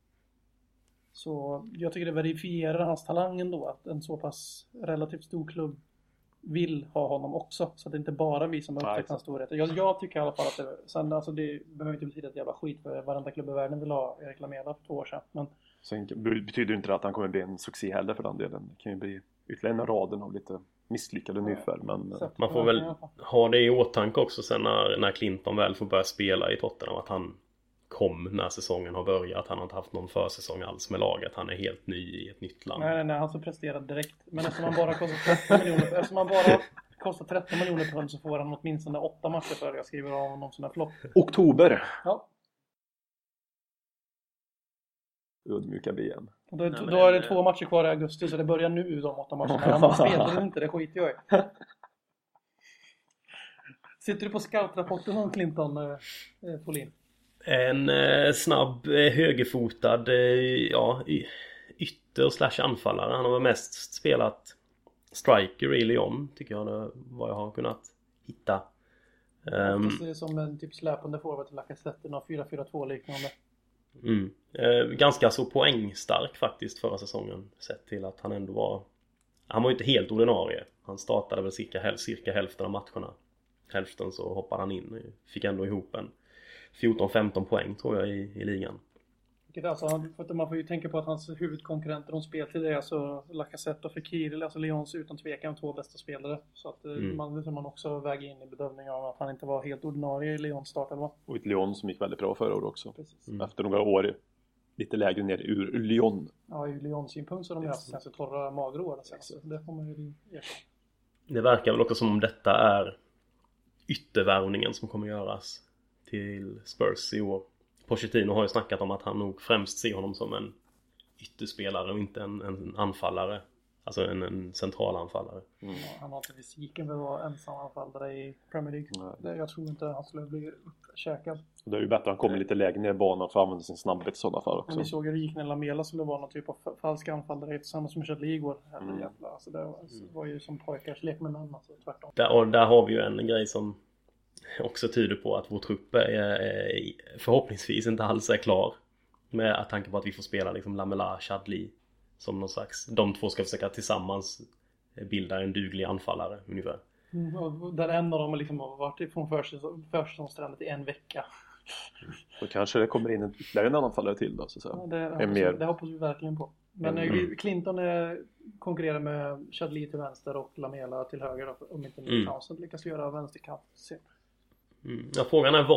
så jag tycker det verifierar hans talang ändå, att en så pass relativt stor klubb vill ha honom också, så att det inte bara vi som har upptäckt hans storhet. Jag tycker i alla fall att det behöver inte betyda ett jävla skit för varenda klubb i världen vill ha Erik Lamela för 2 år sedan. Men sen betyder inte att han kommer bli en succé heller för den delen. Det kan ju bli ytterligare en raden av lite misslyckade nyfärd, men man får väl ha det i åtanke också sen när Clinton väl får börja spela i Tottenham, att han kom när säsongen har börjat. Han har inte haft någon försäsong alls med laget. Han är helt ny i ett nytt land. Nej, han så presterar direkt. Men eftersom han bara kostar 13 miljoner per hund så får han åtminstone 8 matcher för. Jag skriver av honom som en flopp. Oktober. Ja. Ödmjuka BM. Och då är det 2 matcher kvar i augusti, så det börjar nu de 8 matcherna. Om man spelar eller inte, det skiter jag i. Sitter du på scoutrapporten om Clinton, Folin? En snabb, högerfotad, ytter/anfallare. Han har väl mest spelat striker i Lyon, tycker jag, det vad jag har kunnat hitta. Det är som en typ släpande forward till Lacazette, 4-4-2 liknande. Ganska så poängstark faktiskt förra säsongen, sett till att han ändå var... Han var ju inte helt ordinarie. Han startade väl cirka hälften av matcherna. Hälften så hoppade han in. Fick ändå ihop en 14-15 poäng tror jag i ligan. Alltså, för man får ju tänka på att hans huvudkonkurrenter om speltid är alltså Lacazette och Fekir, alltså Lyons utan tvekan 2 bästa spelare. Så att man också väger in i bedömningen av att han inte var helt ordinarie i Lyons start, eller vad? Och ett Lyon som gick väldigt bra förra året också. Precis. Efter några år lite lägre ner ur Lyon. Ja, i Lyons synpunkt så har de haft ganska torra magra år. Så det får man ju erkänna. Det verkar väl också som om detta är yttervärvningen som kommer göras till Spurs i år. Pochettino har ju snackat om att han nog främst ser honom som en ytterspelare och inte en anfallare. Alltså en central anfallare. Ja, han har inte fysiken för att vara ensam anfallare i Premier League. Jag tror inte han skulle bli uppkäkad. Det är ju bättre att han kommer lite lägre ner i banan för att använda sin snabbhet i sådana fall också. Men vi såg ju det gick när Lamela skulle vara någon typ av falsk anfallare tillsammans med Chadli igår. Alltså det var ju som pojkars lek med män, alltså, tvärtom. Där har vi ju en grej som också tyder på att vår trupp är förhoppningsvis inte alls är klar. Med att tanke på att vi får spela liksom Lamela, Chadli som någon slags... De två ska försöka tillsammans bilda en duglig anfallare ungefär. Och där en av dem liksom har varit från försäsongstränet i 1 vecka. Då kanske det kommer in ytterligare en anfallare till då, så att säga. Det hoppas vi verkligen på. Men Clinton konkurrerar med Chadli till vänster och Lamela till höger då, om inte Townsend lyckas göra vänsterkant. Ja, frågan är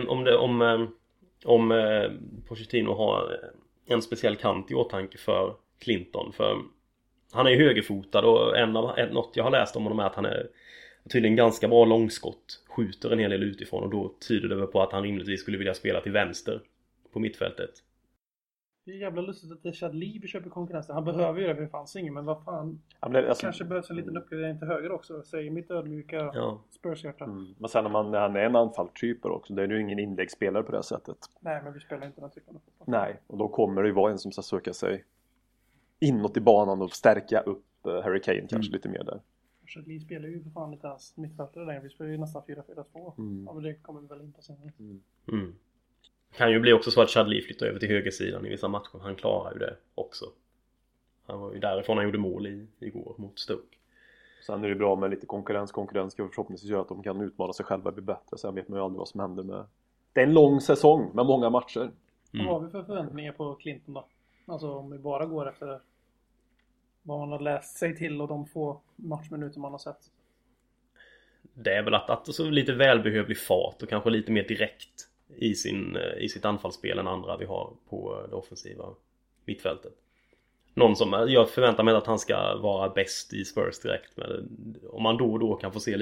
om Pochettino har en speciell kant i åtanke för Clinton, för han är ju högerfotad och något jag har läst om honom är att han är tydligen ganska bra långskott, skjuter en hel del utifrån, och då tyder det väl på att han rimligtvis skulle vilja spela till vänster på mittfältet. Det är jävla lustigt att det är Chadli vi köper konkurrensen. Han behöver ju det, för det fanns ingen, men vad fan. Kanske behövs en liten uppgradering till höger också, säger mitt ödmjuka Spurs-hjärta. Men sen när han är en anfallstyper också, det är ju ingen inläggsspelare på det sättet. Nej, men vi spelar inte den typen av fotboll. Nej, och då kommer det ju vara en som ska söka sig inåt i banan och stärka upp Harry Kane kanske lite mer där. Chadli spelar ju för fan inte ens mittfältare längre. Vi spelar ju nästan 4-4-2. Ja, men det kommer vi väl inte sen. Kan ju bli också så att Chadli flyttar över till högersidan i vissa matcher. Han klarar ju det också. Han var ju därifrån han gjorde mål igår mot Stoke. Sen är det bra med lite konkurrens. Konkurrens ska förhoppningsvis göra att de kan utmana sig själva och bli bättre. Sen vet man ju aldrig vad som händer med... Det är en lång säsong med många matcher. Vad har vi för förväntningar på Clinton då? Alltså om vi bara går efter vad man har läst sig till och de få matchminuter man har sett. Det är väl att så lite välbehövlig fart och kanske lite mer direkt i sitt anfallsspel än andra vi har på det offensiva mittfältet. Någon som jag förväntar mig att han ska vara bäst i Spurs direkt, men om man då och då kan få se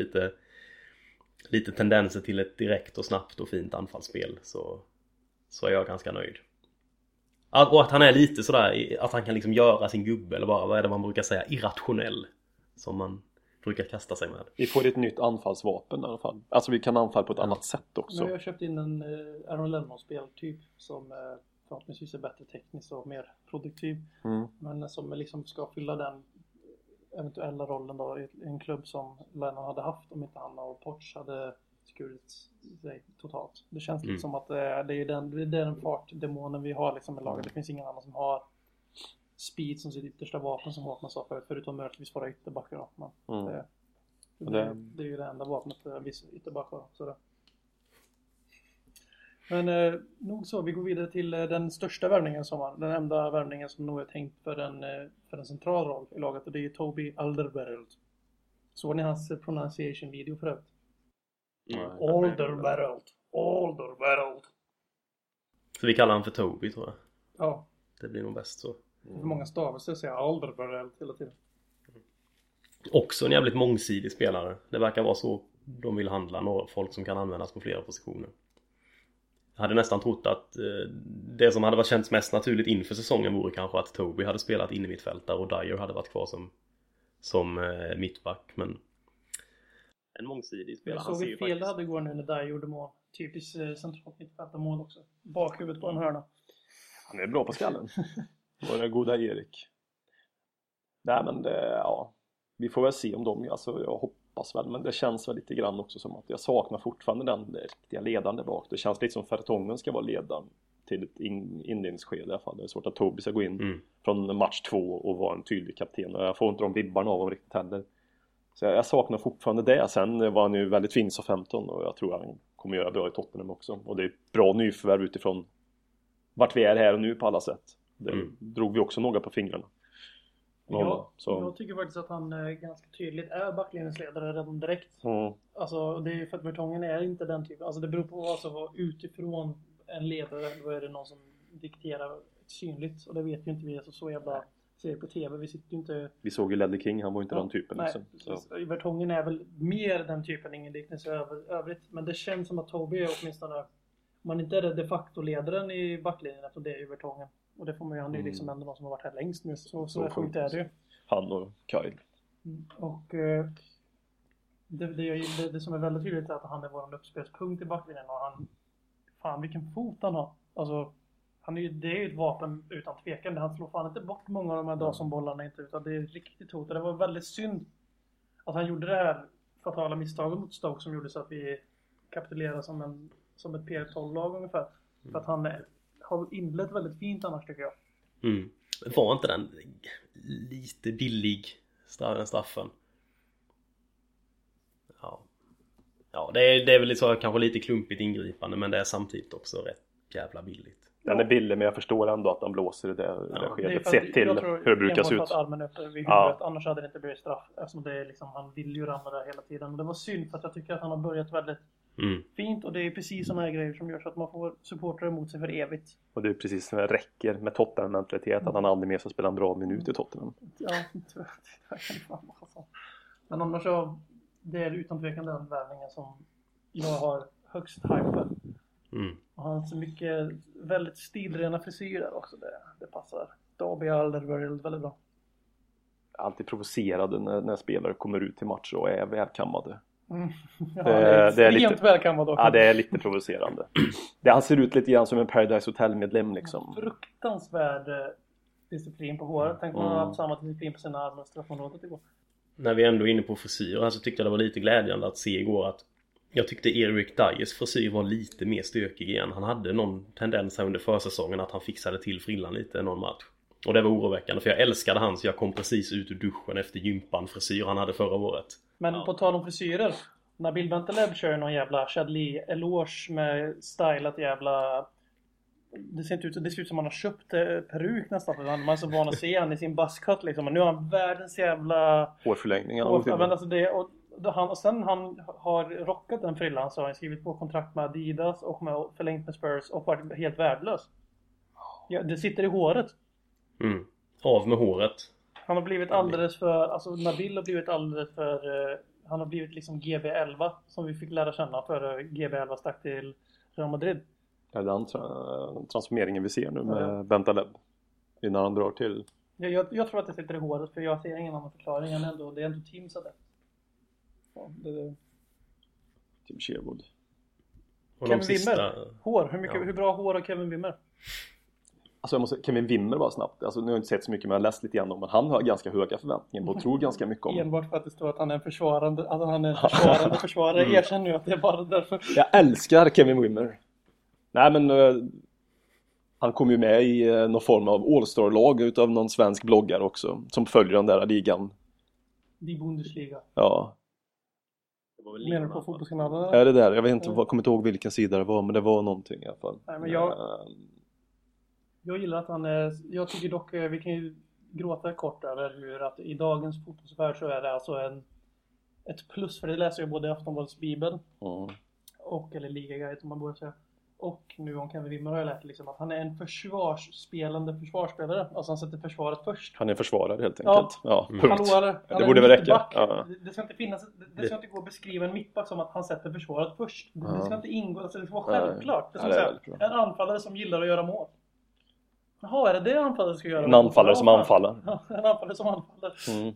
lite tendenser till ett direkt och snabbt och fint anfallsspel, så är jag ganska nöjd. Och att han är lite sådär, att han kan liksom göra sin gubbe, eller bara, vad är det man brukar säga, irrationell, som man brukar kasta sig med. Vi får ett nytt anfallsvapen i alla fall. Alltså vi kan anfalla på ett annat sätt också. Nu har jag köpt in en Aaron Lennon-speltyp som förhoppningsvis är bättre tekniskt och mer produktiv. Men som liksom ska fylla den eventuella rollen då i en klubb som Lennon hade haft om inte han och Poch hade skurit sig totalt. Det känns lite som att det är den fartdemonen vi har liksom i laget. Det finns ingen annan som har speed som sitt yttersta vapen, som Håkman sa förut, förutom möjligtvis våra ytterbackar då. Men det är ju det enda vapnet viss ytterbackar. Sådär. Men nog så, vi går vidare till den största värvningen den enda värvningen som nog är tänkt för en central roll i laget, och det är Toby Alderweireld. Såg ni hans pronunciation video förut? Alderweireld. Så vi kallar han för Toby, tror jag. Ja. Det blir nog bäst så. För många stavelser säger jag Alderweireld hela tiden. Också en jävligt mångsidig spelare. Det verkar vara så de vill handla. Några folk som kan användas på flera positioner. Jag hade nästan trott att det som hade varit känts mest naturligt inför säsongen vore kanske att Toby hade spelat in i mittfältare och Dyer hade varit kvar som mittback. Men en mångsidig spelare. Jag såg ett fel det hade igår nu när Dyer gjorde mål. Typiskt centralt mittfältarmål också. Bakhuvudet på en hörna. Han är bra på skallen. Det var den goda Erik. Nej men vi får väl se om de, alltså jag hoppas väl, men det känns väl lite grann också som att jag saknar fortfarande den riktiga ledande bak. Det känns lite som Fertongen ska vara ledaren till ett inledningsskede i alla fall. Det är svårt att Toby ska gå in från match 2 och vara en tydlig kapten. Och jag får inte de vibbarna av dem riktigt heller. Så jag saknar fortfarande det. Sen var han ju väldigt fin som 15 och jag tror han kommer göra bra i Tottenham också. Och det är ett bra nyförvärv utifrån vart vi är här och nu på alla sätt. Det drog vi också några på fingrarna. Jag tycker faktiskt att han ganska tydligt är backlinjesledare redan direkt. Alltså det är för att Vertongen är inte den typen. Alltså det beror på vad utifrån en ledare eller är det någon som dikterar synligt. Och det vet ju inte vi, alltså så jävla ser på tv. Vi sitter ju inte... Vi såg ju Ledley King, han var inte den typen. Nej, liksom. Vertongen är väl mer den typen, ingen liknelse övrigt. Men det känns som att Toby är åtminstone, om man inte är de facto ledaren i backlinjen, så det är ju Vertongen. Och det får man ju, han är liksom ändå någon som har varit här längst nu. Så sjukt är det ju. Han och Kyle. Och det som är väldigt tydligt är att han är vår uppspelspunkt i backlinjen. Och han, fan vilken fot han har. Alltså, det är ju ett vapen utan tvekan. Han slår fan inte bort många av de här Dawson-bollarna inte. Utan det är riktigt hot. Och det var väldigt synd att han gjorde det här fatala misstaget mot Stoke som gjorde så att vi kapitulerade som ett PR12-lag ungefär. För att han har inlett väldigt fint annars tycker jag. Var inte den lite billig straffen? Ja, det är väl så, kanske lite klumpigt ingripande, men det är samtidigt också rätt jävla billigt. Den är billig, men jag förstår ändå att han blåser i det skedet. Sett till hur det brukar se ut. Att armen uppe vid huvudet, annars hade det inte blivit straff. Eftersom det är liksom, han vill ju ramla där hela tiden. Och det var synd för att jag tycker att han har börjat väldigt fint. Och det är precis sådana här grejer som gör så att man får supportrar emot sig för evigt. Och det är precis som det räcker med Tottenham-mentalitet att han aldrig mer ska spela en bra minut i Tottenham. Ja, det kan fan vara så. Men annars så, det är utan tvekan den värvningen som jag har högst hype för. Och han har så mycket väldigt stilrena frisyrer också. Det passar Derby Alderweireld väldigt bra. Alltid provocerade när spelare kommer ut till matcher och är välkammade. Ja, det är lite välkammad också. Ja, det är lite provocerande. Han ser ut lite grann som en Paradise Hotel-medlem liksom. Fruktansvärd disciplin på håret. Tänk man har haft samma disciplin på sina armar och straffområdet igår. När vi ändå är inne på frisyrer så tyckte jag det var lite glädjande att se igår att jag tyckte Eric Dyers frisyr var lite mer stökig igen. Han hade någon tendens här under försäsongen att han fixade till frillan lite någon match. Och det var oroväckande för jag älskade han så jag kom precis ut ur duschen efter gympan frisyr han hade förra året. Men på tal om frisyrer, Nabil Bentaleb kör någon jävla Chadli eloge med stylat jävla... Det ser inte ut, det ser ut som man har köpt peruk nästan för man är så van att se han i sin buzzcut liksom. Men nu har han världens jävla hårförlängning. Och sen han har rockat den frillan så har han skrivit på kontrakt med Adidas och förlängt med Spurs och varit helt värdelös. Ja, det sitter i håret. Av med håret. Han har blivit alldeles för, alltså Nabil har blivit alldeles för, han har blivit liksom GB11 som vi fick lära känna före GB11 stack till Real Madrid. Det är den transformeringen vi ser nu med Bentaleb innan han drar till. Jag tror att det sitter i håret för jag ser ingen annan förklaring än ändå, det är ändå Teams av det. Ja, Tim Sherwood. Kevin Wimmer. Hår. Hur bra hår har Kevin Wimmer? Alltså Kevin Wimmer var snabbt. Alltså nu har jag inte sett så mycket men jag har läst lite grann om. Men han har ganska höga förväntningar och tror ganska mycket om. Enbart för att det står att han är en försvarande. Alltså han är en försvarare. Erkänn nu att det är bara därför. Jag älskar Kevin Wimmer. Nej men han kom ju med i någon form av All-Star-lag utav någon svensk bloggare också. Som följer den där ligan. Die Bundesliga. Ja. Menar du på fotbollskanalen? Ja, det där. Jag vet inte, jag kommer inte ihåg vilken sida det var, men det var någonting i alla fall. Nej, men jag gillar att han är... Jag tycker dock, vi kan ju gråta kort över hur att i dagens fotbollsvärld så är det alltså ett plus, för det läser jag både i Aftonbladets Bibel och eller Ligaguide om man borde säga. Och nu om Kevin Wimmer har jag lärt liksom att han är en försvarsspelare. Alltså han sätter försvaret först. Han är försvarare helt enkelt. Ja, punkt. Hallå, det borde väl räcka. Ja. Det ska inte finnas, det ska inte gå att beskriva en mittback som att han sätter försvaret först. Det ska inte ingå, alltså det ska vara självklart. Det ska säga, en anfallare som gillar att göra mål. Jaha, är det anfallare ska göra? En anfallare som anfaller. Ja, en anfallare som anfaller.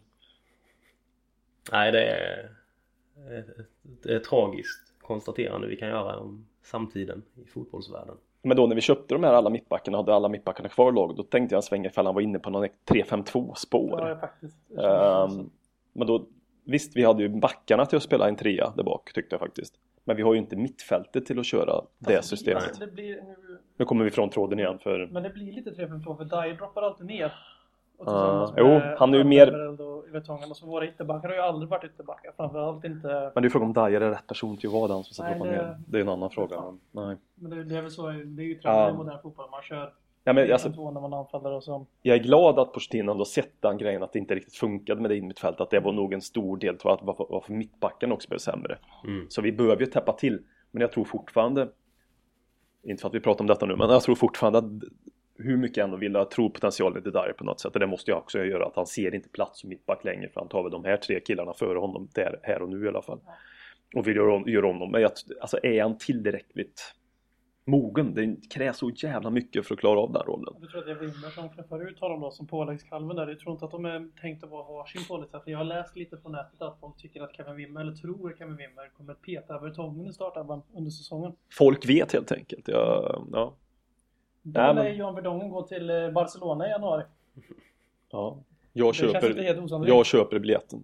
Nej, det är ett tragiskt konstaterande vi kan göra om samtiden i fotbollsvärlden. Men då när vi köpte de här alla mittbackarna, hade alla mittbackarna kvar i laget, då tänkte jag en sväng ifall han var inne på någon 3-5-2-spår. Ja, faktiskt. Men då, visst, vi hade ju backarna till att spela en trea där bak, tyckte jag faktiskt. Men vi har ju inte mittfältet till att köra det systemet. Det blir, nu kommer vi från tråden igen. Men det blir lite 3-5-2 för Dyer droppar alltid ner. Jo, han är ju mer... Och så våra ytterbackar har ju aldrig varit ytterbackar. Framförallt inte... Men det är frågan om Dyer är rätt person till att vara den som ska droppa ner. Det är en annan fråga. Men det är väl så, det är ju trenden i modern fotboll. Man kör när man anfaller och så. Jag är glad att Pochettino ändå sett den grejen att det inte riktigt funkade med det in mittfält. Att det var nog en stor del till att varför mittbacken också blev sämre. Så vi behöver ju täppa till. Men jag tror fortfarande, inte för att vi pratar om detta nu, men jag tror fortfarande att hur mycket jag ändå vill jag tro potentialen till Dyer på något sätt. Och det måste jag också göra, att han ser inte plats som mittback längre. För han tar väl de här 3 killarna före honom där, här och nu i alla fall. Och vill göra om dem. Men alltså, är han tillräckligt mogen? Det krävs så jävla mycket för att klara av den rollen. Jag tror att det är Wimmer som knappar ut honom då som påläggskalven där. Jag tror inte att de är tänkt att vara sin policy. För jag har läst lite på nätet att folk tycker att Kevin Wimmer, eller tror att Kevin Wimmer kommer att peta över Tongen i starten under säsongen. Folk vet helt enkelt. Ja. Då lär Jan Verdongen gå till Barcelona i januari. Ja, jag köper biljetten.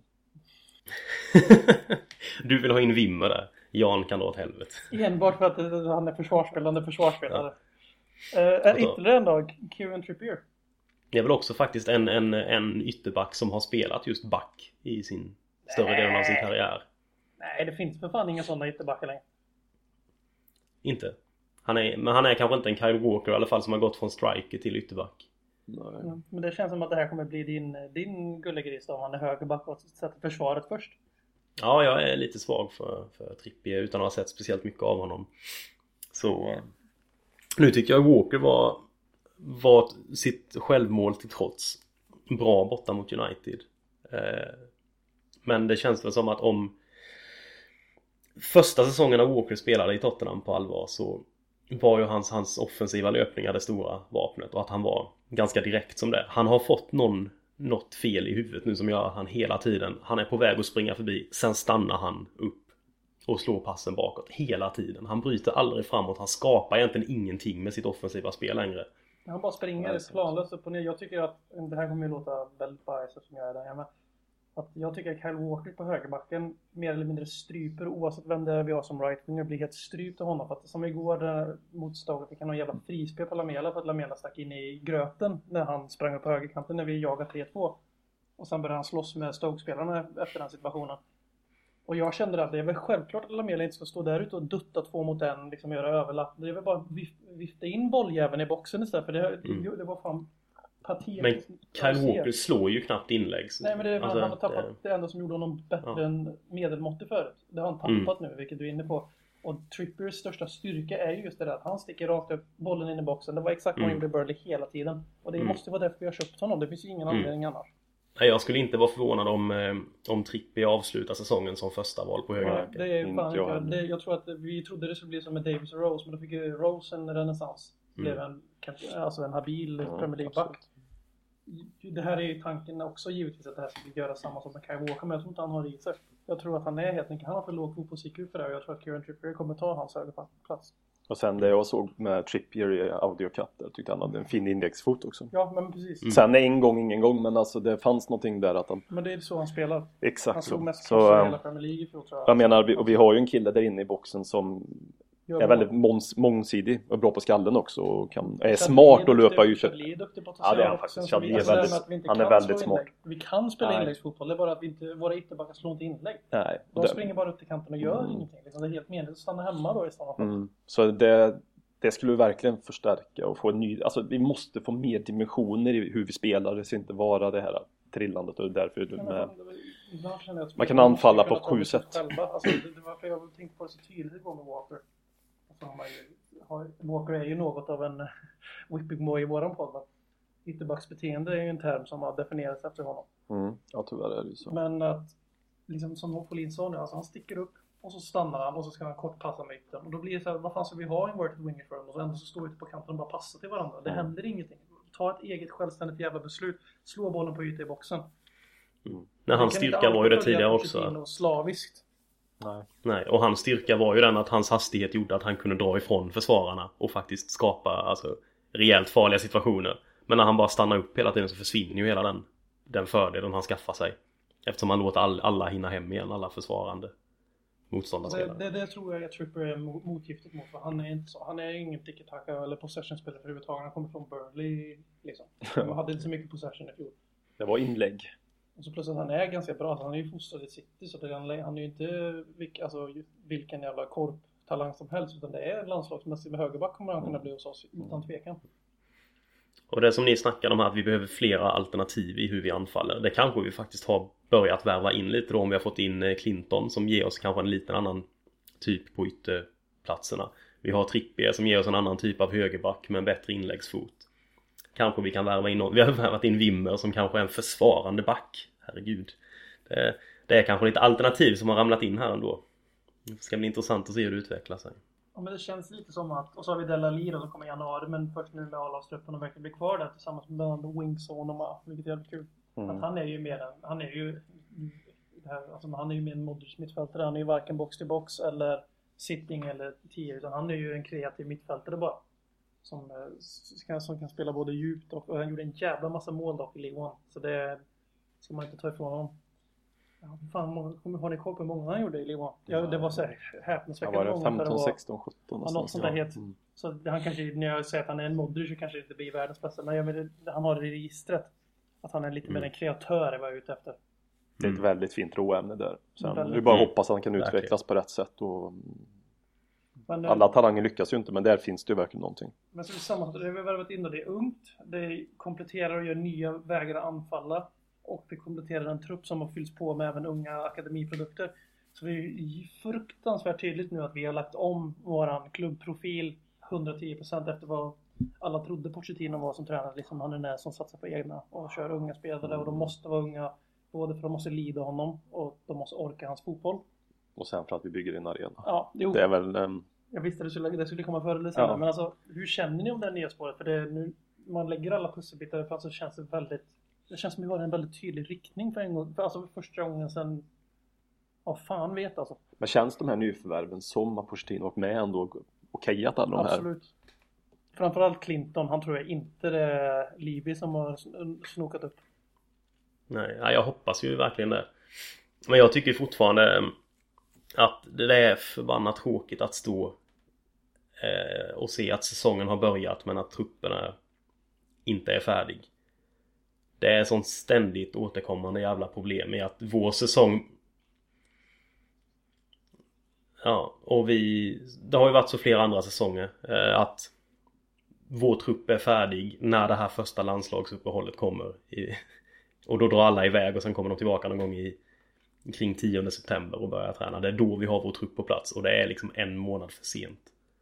Du vill ha in Wimmer där. Jan kan dra åt helvete. Enbart för att han är försvarsspelare. Är ytterligare en dag Kieran Trippier. Det är väl också faktiskt en ytterback som har spelat just back i sin större delen av sin karriär. Nej, det finns för fan inga sådana ytterbackar längre. Inte. Han är kanske inte en Kyle Walker i alla fall som har gått från striker till ytterback. Nej. Men det känns som att det här kommer bli din gullegris om han är högerback och sätter försvaret först. Ja, jag är lite svag för Trippier utan att ha sett speciellt mycket av honom. Så nu tycker jag Walker var sitt självmål till trots bra borta mot United. Men det känns väl som att om första säsongen när Walker spelade i Tottenham på allvar så var ju hans offensiva löpningar det stora vapnet och att han var ganska direkt som det. Han har fått något fel i huvudet nu som gör han hela tiden. Han är på väg att springa förbi, sen stannar han upp och slår passen bakåt hela tiden. Han bryter aldrig framåt, han skapar egentligen ingenting med sitt offensiva spel längre. Han bara springer planlöst upp och ner. Jag tycker att, det här kommer ju låta väldigt biased som jag är där, men att jag tycker att Kyle Walker på högerbacken mer eller mindre stryper oavsett vem det är vi har som right-winger, blir helt strypt av honom. För att som igår där mot Stoke, vi kan ha en jävla frispel på Lamela för att Lamela stack in i gröten när han sprang upp på högerkanten när vi jagade 3-2. Och sen började han slåss med Stoke-spelarna efter den situationen. Och jag kände att det är väl självklart att Lamela inte ska stå där ute och dutta 2 mot 1, liksom göra överlapp. Det är väl bara vifta in bolljäveln i boxen istället, för det var fan patetiskt. Men Kyle Walker slår ju knappt inlägg. Nej, men han har tappat det enda som gjorde honom bättre än medelmåttig förut. Det har han tappat nu, vilket du är inne på. Och Trippiers största styrka är ju just det där att han sticker rakt upp bollen in i boxen. Det var exakt vad han gjorde i Burnley hela tiden. Och det måste vara därför vi har köpt honom. Det finns ju ingen anledning annars. Nej, jag skulle inte vara förvånad om Trippier avslutar säsongen som första val på högerbacken. Det är fan jag tror att vi trodde det skulle bli som med Davis och Rose, men då fick ju Rose en renässans. Blev en habil Premier League-back. Det här är ju tanken också givetvis att det här ska göra samma som med Kyle Walker, men jag tror inte han har i sig. Jag tror att han är helt enkelt, han har för låg fotbolls-IQ för det, och jag tror att Kieran Trippier kommer ta hans högerplats. Och sen det jag såg med Trippier i Audio Cup, där tyckte han hade en fin indexfot också. Ja, men precis. Sen en gång, ingen gång, men alltså det fanns någonting där att han... Men det är så han spelar. Exakt han så. Mest så hela Premier League, tror jag menar, vi har ju en kille där inne i boxen som är väldigt mångsidig och bra på skallen också och är smart och löpa ut. Ja, det är han faktiskt. Han är väldigt smart. Vi kan spela inläggsfotboll, det är bara att våra ytterbackar slår inte inlägg. Nej. De springer bara upp till kanten och gör ingenting. Det är helt meningslöst att stanna hemma då i sådana fall. Så det skulle vi verkligen förstärka och få en ny... Alltså vi måste få mer dimensioner i hur vi spelar. Det ska inte vara det här trillandet och därför man kan anfalla på 7 sätt. Alltså, det var för jag tänkte på det så tydligt igår med Walker. så Walker är ju något av en whipping boy i våran podd. Ytterbacksbeteende är ju en term som har definierats efter honom. Ja, tyvärr är det ju så. Men att, liksom som Folin sa nu, alltså han sticker upp och så stannar han och så ska han kortpassa med yttern. Och då blir det så här, vad fan ska vi ha inverted winger för dem? Och så ändå så står vi ute på kanten och bara passar till varandra. Det händer ingenting. Ta ett eget självständigt jävla beslut. Slå bollen på yta i boxen. Nej, hans styrka var ju det tidigare också. Slaviskt. Nej, och hans styrka var ju den att hans hastighet gjorde att han kunde dra ifrån försvararna och faktiskt skapa alltså rejält farliga situationer. Men när han bara stannar upp hela tiden så försvinner ju hela den fördelen han skaffar sig. Eftersom han låter alla hinna hem igen, alla försvarande motståndarspelare. Det tror jag Tripper är motgiftigt mot. För han är inte så. Han är ingen tiki-taka eller possession-spelare överhuvudtaget. Han kommer från Burnley liksom. Han hade inte så mycket possession i fjol. Det var inlägg. Och så plötsligt han är ganska bra. Han är ju fostrad i City. Så han är ju inte vilken jävla korptalang som helst. Utan det är landslagsmässigt med högerback kommer han kunna bli hos oss utan tvekan. Och det som ni snackade om här, att vi behöver flera alternativ i hur vi anfaller. Det kanske vi faktiskt har börjat värva in lite då, om vi har fått in Clinton som ger oss kanske en liten annan typ på ytterplatserna. Vi har Trippier som ger oss en annan typ av högerback med en bättre inläggsfot. Kanske vi kan värva in någon. Vi har värvat in Wimmer som kanske är en försvarande back. Herregud. Det är kanske lite alternativ som har ramlat in här ändå. Det ska bli intressant att se hur det utvecklar sig. Ja, men det känns lite som att, och så har vi Della Lira som kommer i januari, men först nu med A-lagstruppen och verkligen blir kvar där tillsammans med bland Wings och Onoma, vilket är jävligt kul. Att han är ju mer en Modric mittfältare. Han är ju varken box till box eller sitting eller 10, utan han är ju en kreativ mittfältare bara. Som kan spela både djupt och han gjorde en jävla massa mål dock i League One. Så det ska man inte ta ifrån honom. Ja, fan, har ni koll på hur många han gjorde i League One? Ja, det var så här häpnadsväckande många. 15, 16, 17 något sånt där helt. Så han kanske, när jag säger att han är en Modric så kanske inte blir världens bästa. Men han har det i registret. Att han är lite mer en kreatör är vad jag är ute efter. Det är ett väldigt fint råämne där. Sen vi bara hoppas att han kan utvecklas på rätt sätt. Och alla talanger lyckas ju inte, men där finns det ju verkligen någonting. Men så sammanfattat, det har vi värvat in då. Det är ungt. Det kompletterar och gör nya vägar att anfalla. Och det kompletterar en trupp som har fyllts på med även unga akademiprodukter. Så det är fruktansvärt tydligt nu att vi har lagt om våran klubbprofil 110% efter vad alla trodde Pochettino var som tränare. Liksom han är den som satsar på egna och kör unga spelare. Och de måste vara unga både för de måste lida honom och de måste orka hans fotboll. Och sen för att vi bygger en arena. Ja, det är väl... Jag visste det skulle komma förr eller senare. Ja. Men alltså, hur känner ni om det nya spåret? För nu, man lägger alla pusselbitar för att så känns det väldigt... Det känns som att vi har en väldigt tydlig riktning för en gång. Alltså första gången sen... Ja, fan vet alltså. Men känns de här nyförvärven som att Pochettino och med ändå okejat alla de här? Absolut. Framförallt Clinton. Han tror jag inte det är Levy som har snokat upp. Nej, jag hoppas ju verkligen det. Men jag tycker fortfarande att det är förbannat tråkigt att stå och se att säsongen har börjat men att trupperna inte är färdig. Det är sånt ständigt återkommande jävla problem i att vår säsong... Ja, och det har ju varit så flera andra säsonger att vår trupp är färdig när det här första landslagsuppehållet kommer. Och då drar alla iväg och sen kommer de tillbaka någon gång kring 10 september och börjar träna. Det är då vi har vår trupp på plats och det är liksom en månad för sent.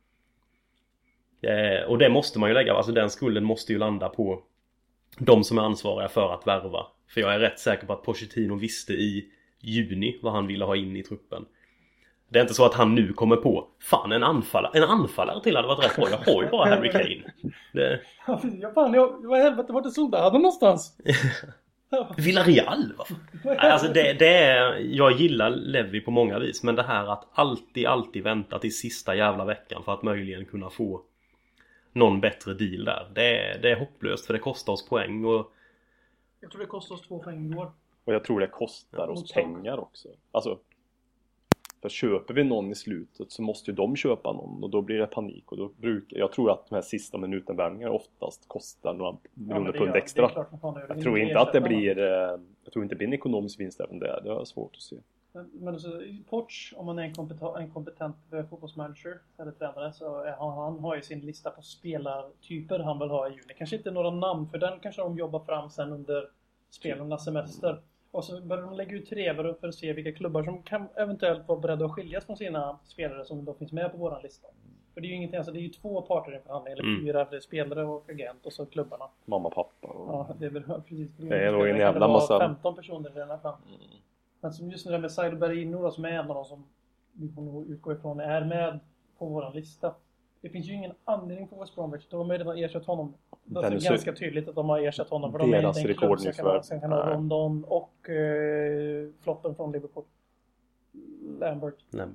Och det måste man ju lägga, alltså den skulden måste ju landa på de som är ansvariga för att värva. För jag är rätt säker på att Pochettino visste i juni vad han ville ha in i truppen. Det är inte så att han nu kommer på fan en anfallare till hade varit rätt bra. Jag har ju bara Harry Kane. Vad helvete var det sånt där någonstans? Villarreal va? Alltså det är, jag gillar Levy på många vis, men det här att alltid vänta till sista jävla veckan för att möjligen kunna få någon bättre deal där. Det är hopplöst för det kostar oss poäng och jag tror det kostar oss 2 poäng i år. Och jag tror det kostar oss pengar också. Alltså för köper vi någon i slutet så måste ju de köpa någon och då blir det panik och då jag tror att de här sista minutenvärvningarna oftast kostar några miljoner pund extra. Jag tror inte att det blir en ekonomisk vinst även där. Det är svårt att se. Men alltså, Poch, om man är en kompetent fotbollsmanager eller tränare så han har ju sin lista på spelartyper han vill ha i juni. Kanske inte några namn för den kanske de jobbar fram sen under spelarnas semester. Och så börjar de lägga ut trevare för att se vilka klubbar som kan eventuellt vara beredda att skiljas från sina spelare som då finns med på våran lista. För det är ju ingenting, alltså det är ju 2 parter i en förhandling, eller 4, det är spelare och agent och så klubbarna. Mamma, pappa. Ja, det är väl precis. Det är nog en jävla massa. 15 personer i den här förhandlingen. Men som just det där med Saido Bergino då, som är en av de som vi får nog utgå ifrån är med på våran lista. Det finns ju ingen anledning för West Bromwich. De har ju redan ersatt honom. Det är ganska tydligt att de har ersatt honom. För de är inte en klubb som kan ha London och floppen från Liverpool. Lambert.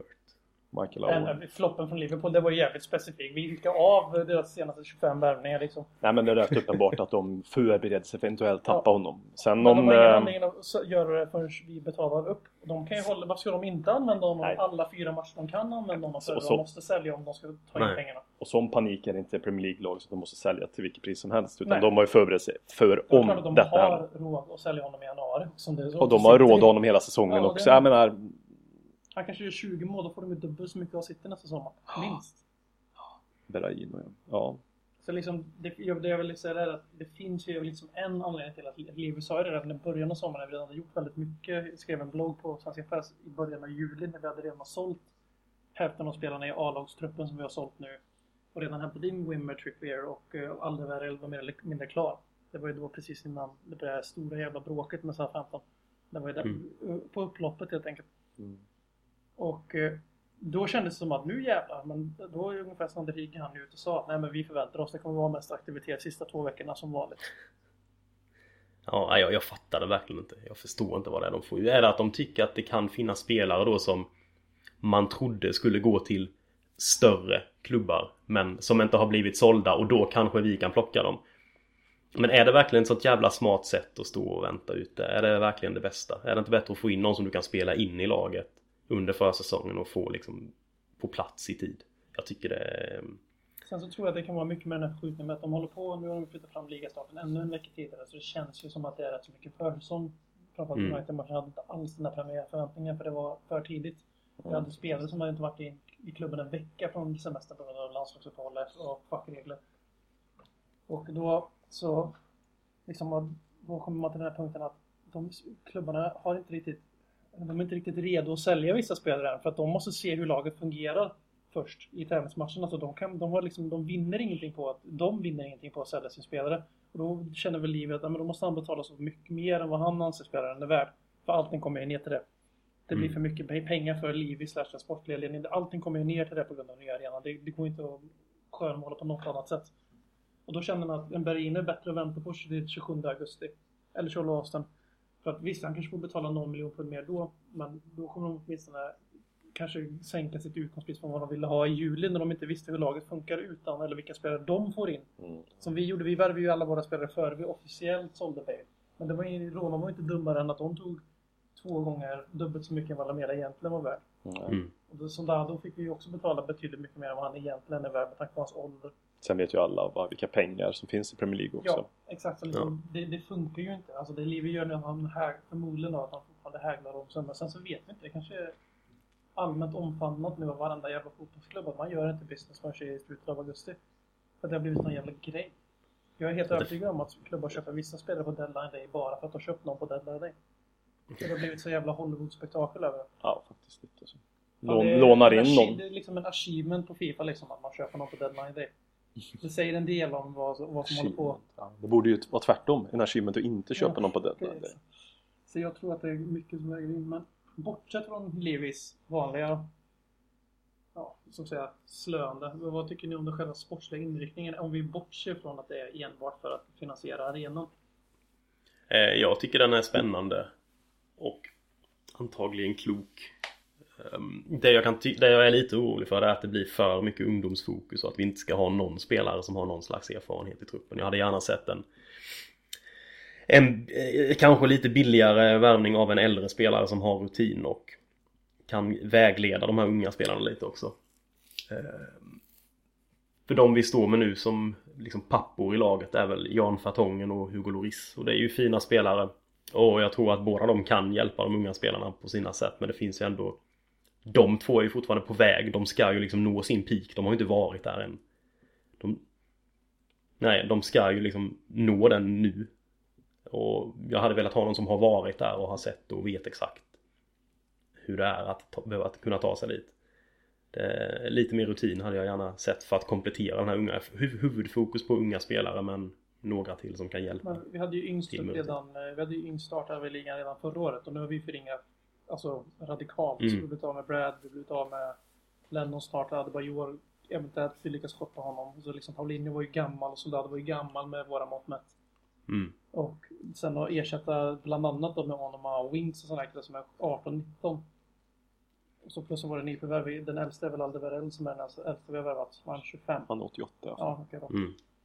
Floppen från Liverpool, det var ju jävligt specifikt. Vi gick av deras senaste 25 värvningar liksom. Nej, men det är rätt uppenbart att de förbereder sig för eventuellt tappa honom. Sen men de har ingen anledning att göra det förrän vi betalar upp. De kan ju hålla, varför ska de inte använda honom alla 4 matcher de kan använda honom för? De måste sälja om de ska ta in pengarna. Och som panik är det inte Premier League-lag så de måste sälja till vilket pris som helst. Utan de har ju förberett sig för om detta. De har råd att sälja honom i januari. Och de har råd honom hela säsongen också. Jag menar... Han kanske gör 20 mål, då får de ju dubbelt så mycket av sitt nästa sommar. Minst. Bergino, ja. Så liksom, det jag vill säga är att det finns ju liksom en anledning till att Livi sa det redan i början av sommaren när vi redan hade gjort väldigt mycket. Jag skrev en blogg på Svenska Färs i början av juli när vi hade redan sålt hälften av spelarna i A-lagstruppen som vi har sålt nu. Och redan hämtat in Wimmer, Trippier och Alderweireld var mer eller mindre klar. Det var ju då precis innan det där stora jävla bråket med Southampton. Det var ju där, på upploppet helt enkelt. Och då kändes det som att nu jävlar, men då är ungefär som Rigge han ut och sa att nej men vi förväntar oss, det kommer vara mest aktivitet sista 2 veckorna som vanligt. Ja, jag fattar det verkligen inte. Jag förstår inte vad det är de får. Är det att de tycker att det kan finnas spelare då som man trodde skulle gå till större klubbar men som inte har blivit sålda och då kanske vi kan plocka dem? Men är det verkligen ett sånt jävla smart sätt att stå och vänta ute? Är det verkligen det bästa? Är det inte bättre att få in någon som du kan spela in i laget under försäsongen och få liksom på plats i tid? Jag tycker det är... Sen så tror jag att det kan vara mycket med den här förskjutningen med att de håller på, nu har de flyttat fram ligastarten ännu en vecka tidigare, så det känns ju som att det är rätt så mycket försäsong. Framförallt United-matchen hade inte alls den här premiärförväntningen för det var för tidigt. Vi hade spelare som hade inte varit i klubben en vecka från semestern på grund av landslagsuppehållet och fackregler. Och då så liksom, då kommer man till den här punkten att klubbarna har inte riktigt, de är inte riktigt redo att sälja vissa spelare än, för att de måste se hur laget fungerar först i tävlingsmatcherna. Så de vinner ingenting på att sälja sin spelare. Och då känner väl livet att då måste han betala så mycket mer än vad han anser spelaren är värd. För allting kommer ju ner till det. Det blir för mycket pengar för Livi / den sportliga ledningen. Allting kommer ju ner till det på grund av nya arenan. Det går inte att skönmåla på något annat sätt. Och då känner man att en Bergin är bättre att vänta på till 27 augusti. Eller Charlie Austin. För att visst, han kanske får betala någon miljon för mer då. Men då kommer de åtminstone kanske sänka sitt utgångspris från vad de ville ha i juli när de inte visste hur laget funkar utan eller vilka spelare de får in. Som vi gjorde, vi värvade ju alla våra spelare före vi officiellt sålde Bale. Men det var ju, Roma var inte dummare än att de tog 2 gånger dubbelt så mycket än vad Lamela egentligen var värd. Och då fick vi ju också betala betydligt mycket mer än vad han egentligen är värd med tanke på hans ålder. Sen vet ju alla vilka pengar som finns i Premier League också. Ja, exakt. Så liksom, det funkar ju inte. Alltså det Livi gör nu, han förmodligen att han fortfarande häglar om sig. Men sen så vet vi inte, det kanske är allmänt omfamnat nu av varenda jävla fotbollsklubb att man gör inte business förrän i slutet av augusti. För det har blivit någon jävla grej. Jag är helt övertygad om att klubbar köper vissa spelare på deadline day bara för att de köpt någon på deadline day. Det har blivit så jävla Hollywood-spektakel över det. Ja, faktiskt lite så. Lånar in någon. Det är liksom en achievement på FIFA liksom, att man köper någon på deadline day. Det säger en del om vad som håller på. Ja, det borde ju vara tvärtom. En achievement att inte köpa någon på deadline day. Så jag tror att det är mycket som väger in. Men bortsett från Levis vanliga så att säga slöande. Vad tycker ni om den själva sportsliga inriktningen? Om vi bortser från att det är enbart för att finansiera arenan. Jag tycker den är spännande. Och antagligen klok. Det jag är lite orolig för är att det blir för mycket ungdomsfokus och att vi inte ska ha någon spelare som har någon slags erfarenhet i truppen. Jag hade gärna sett en kanske lite billigare värvning av en äldre spelare som har rutin och kan vägleda de här unga spelarna lite också. För de vi står med nu som liksom pappor i laget är väl Jan Fartongen och Hugo Lloris. Och det är ju fina spelare. Och jag tror att båda de kan hjälpa de unga spelarna på sina sätt. Men det finns ju ändå... De två är ju fortfarande på väg. De ska ju liksom nå sin peak. De har ju inte varit där än. De ska ju liksom nå den nu. Och jag hade velat ha någon som har varit där och har sett och vet exakt hur det är att kunna ta sig dit. Lite mer rutin hade jag gärna sett för att komplettera den här unga huvudfokus på unga spelare, men några till som kan hjälpa. Men vi hade ju yngst startade i ligan redan förra året och nu har vi förringat radikalt. Vi blev av med Brad, vi blev av med Lennon startade, Adebayor eventuellt vi lyckas stoppa honom. Så liksom Paulinho var ju gammal och Soldado var ju gammal med våra mått mätt. Och sen att ersätta bland annat då med honom Wings och sådana som är 18-19. Och så plus så var det nyförvärv. Den äldsta är väl Alderweireld som är den äldsta vi har värvat. Han är 25. Han är 88. Ja, okej då.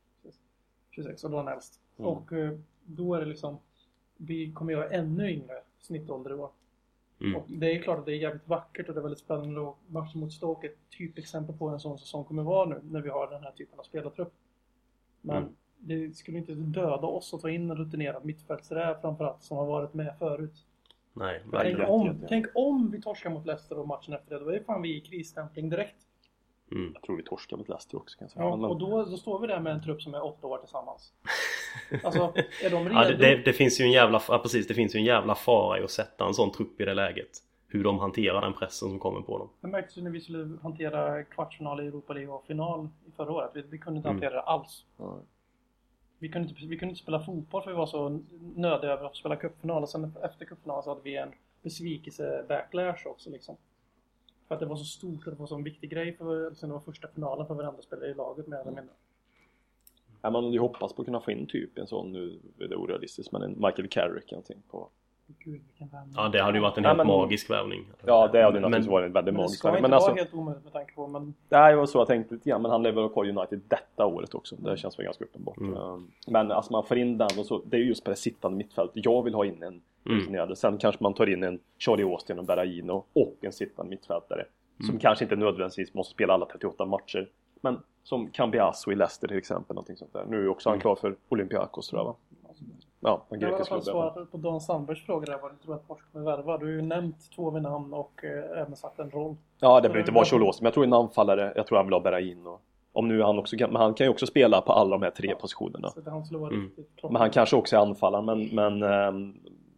26 och då är han äldst. Och då är det liksom vi kommer göra ännu yngre snittålder i år. Och det är klart att det är jävligt vackert och det är väldigt spännande och match mot Stoke är ett typexempel på en sån säsong kommer vara nu när vi har den här typen av spelartrupp. Men det skulle inte döda oss att ta in en rutinerad mittfältsräv framförallt som har varit med förut. Nej, tänk om vi torskar mot Leicester och matchen efter det, då är fan vi i krisstämpling direkt. Jag tror vi torskar mot Leicester också kan jag säga. Ja, och då står vi där med en trupp som är 8 år tillsammans. Alltså, är de redo? Ja, det finns ju en jävla det finns ju en jävla fara i att sätta en sån trupp i det läget. Hur de hanterar den pressen som kommer på dem. Det märktes ju när vi skulle hantera kvartsfinal i Europa League och final i förra året. Vi kunde inte hantera det alls. Vi kunde inte spela fotboll för vi var så nödiga över att spela cupfinal. Och sen efter cupfinalen så hade vi en besvikelse backlash också liksom. För att det var så stort och det var så en viktig grej för liksom, det var första finalen för varandra spelare i laget med eller mindre. Ja, man hade ju hoppats på att kunna få in typ en sån, nu är det orealistiskt, men en Michael Carrick någonting på. Gud, vilken värvning. Ja, det hade ju varit en helt magisk värvning. Ja, det hade naturligtvis varit en väldigt magisk värvning. Men det ska inte vara helt omöjligt med tanke på. Men... Det var så jag tänkte lite grann, men han lever kvar United detta året också. Det känns väl ganska uppenbart. Men alltså man får in den och så, det är just på det sittande mittfält. Jag vill ha in en rutinerad. Sen kanske man tar in en Charlie Austin och Berahino och en sittande mittfältare. Som kanske inte nödvändigtvis måste spela alla 38 matcher. Men som Cambiasso i Leicester till exempel. Någonting sånt där. Nu är också han klar för Olympiakos tror jag va? Ja, en grekisk klubb. Jag har svarat på Dan Sandbergs fråga där vad du tror att Porsche kommer värva. Du har ju nämnt 2 vid namn och även sagt en roll. Ja, det behöver inte vara Cholos, men jag tror en anfallare. Jag tror han vill ha Berahino. Om nu han också kan, men han kan ju också spela på alla de här 3 positionerna. Så det han slår riktigt klart. Men han kanske också är anfallare, men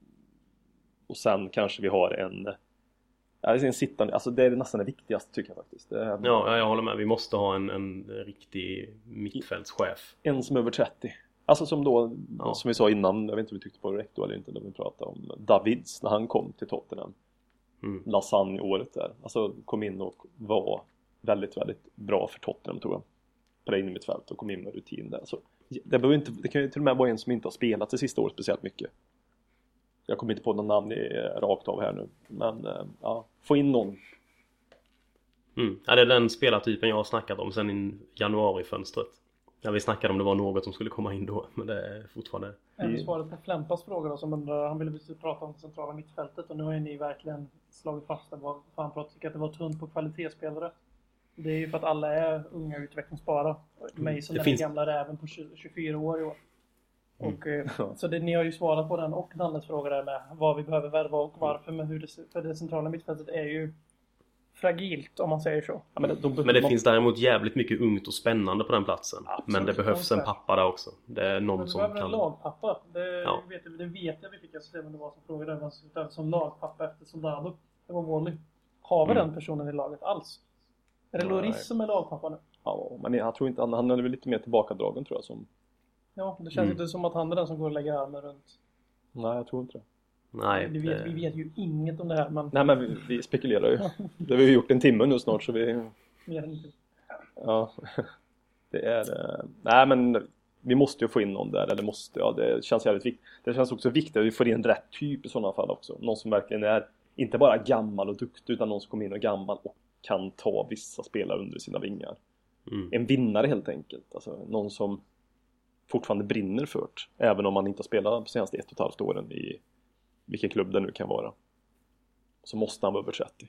och sen kanske vi har en sittande, alltså det är nästan det viktigaste tycker jag faktiskt. Ja, jag håller med. Vi måste ha en riktig mittfältschef. En som är över 30. Alltså som då, som vi sa innan, jag vet inte om vi tyckte på det rätt då eller inte när vi pratade om Davids när han kom till Tottenham. Lasagne-året där. Alltså kom in och var väldigt, väldigt bra för Tottenham tror jag. På det in i mitt fält och kom in med rutin där. Så det kan ju till och med vara en som inte har spelat det sista året speciellt mycket. Jag kommer inte på någon namn rakt av här nu. Men få in någon. Ja, det är den spelartypen jag har snackat om sen i januari-fönstret. Ja, vi snackade om det var något som skulle komma in då. Men det är fortfarande... Svaret på Flempas fråga då, som undrar, han ville prata om det centrala mittfältet. Och nu har ju ni verkligen slagit fast det. Han tycker att det var tunt på kvalitetsspelare. Det är ju för att alla är unga utvecklingsbara. Mig som är den gamla räven på 24 år i år. Och, så ni har ju svarat på den och Dannes fråga där med vad vi behöver värva och varför. Men för det centrala mittfältet är ju fragilt om man säger så. Ja, men det finns däremot jävligt mycket ungt och spännande på den platsen. Absolut. Men det behövs en pappa där också. Det är någon som kan... en lagpappa. Det vet jag vi fick jag se men det var som frågade som lagpappa efter Soldado. Det var Wally. Har vi den personen i laget alls? Är det Loris som är lagpappa nu? Ja, men jag tror inte han är väl lite mer tillbakadragen tror jag som... Ja, det känns inte som att han är den som går och lägger armen runt. Nej, jag tror inte det. Nej, vi vet ju inget om det här. Men... Nej, men vi spekulerar ju. Det har vi gjort en timme nu snart så vi... Ja, det är... Nej, men vi måste ju få in någon där. Eller måste, ja, det känns jävligt viktigt. Det känns också viktigt att vi får in rätt typ i sådana fall också. Någon som verkligen är inte bara gammal och duktig utan någon som kommer in och gammal och kan ta vissa spelare under sina vingar. En vinnare helt enkelt. Alltså någon som fortfarande brinner för det. Även om man inte har spelat de senaste 1,5 åren i vilken klubb det nu kan vara. Så måste han vara över 30.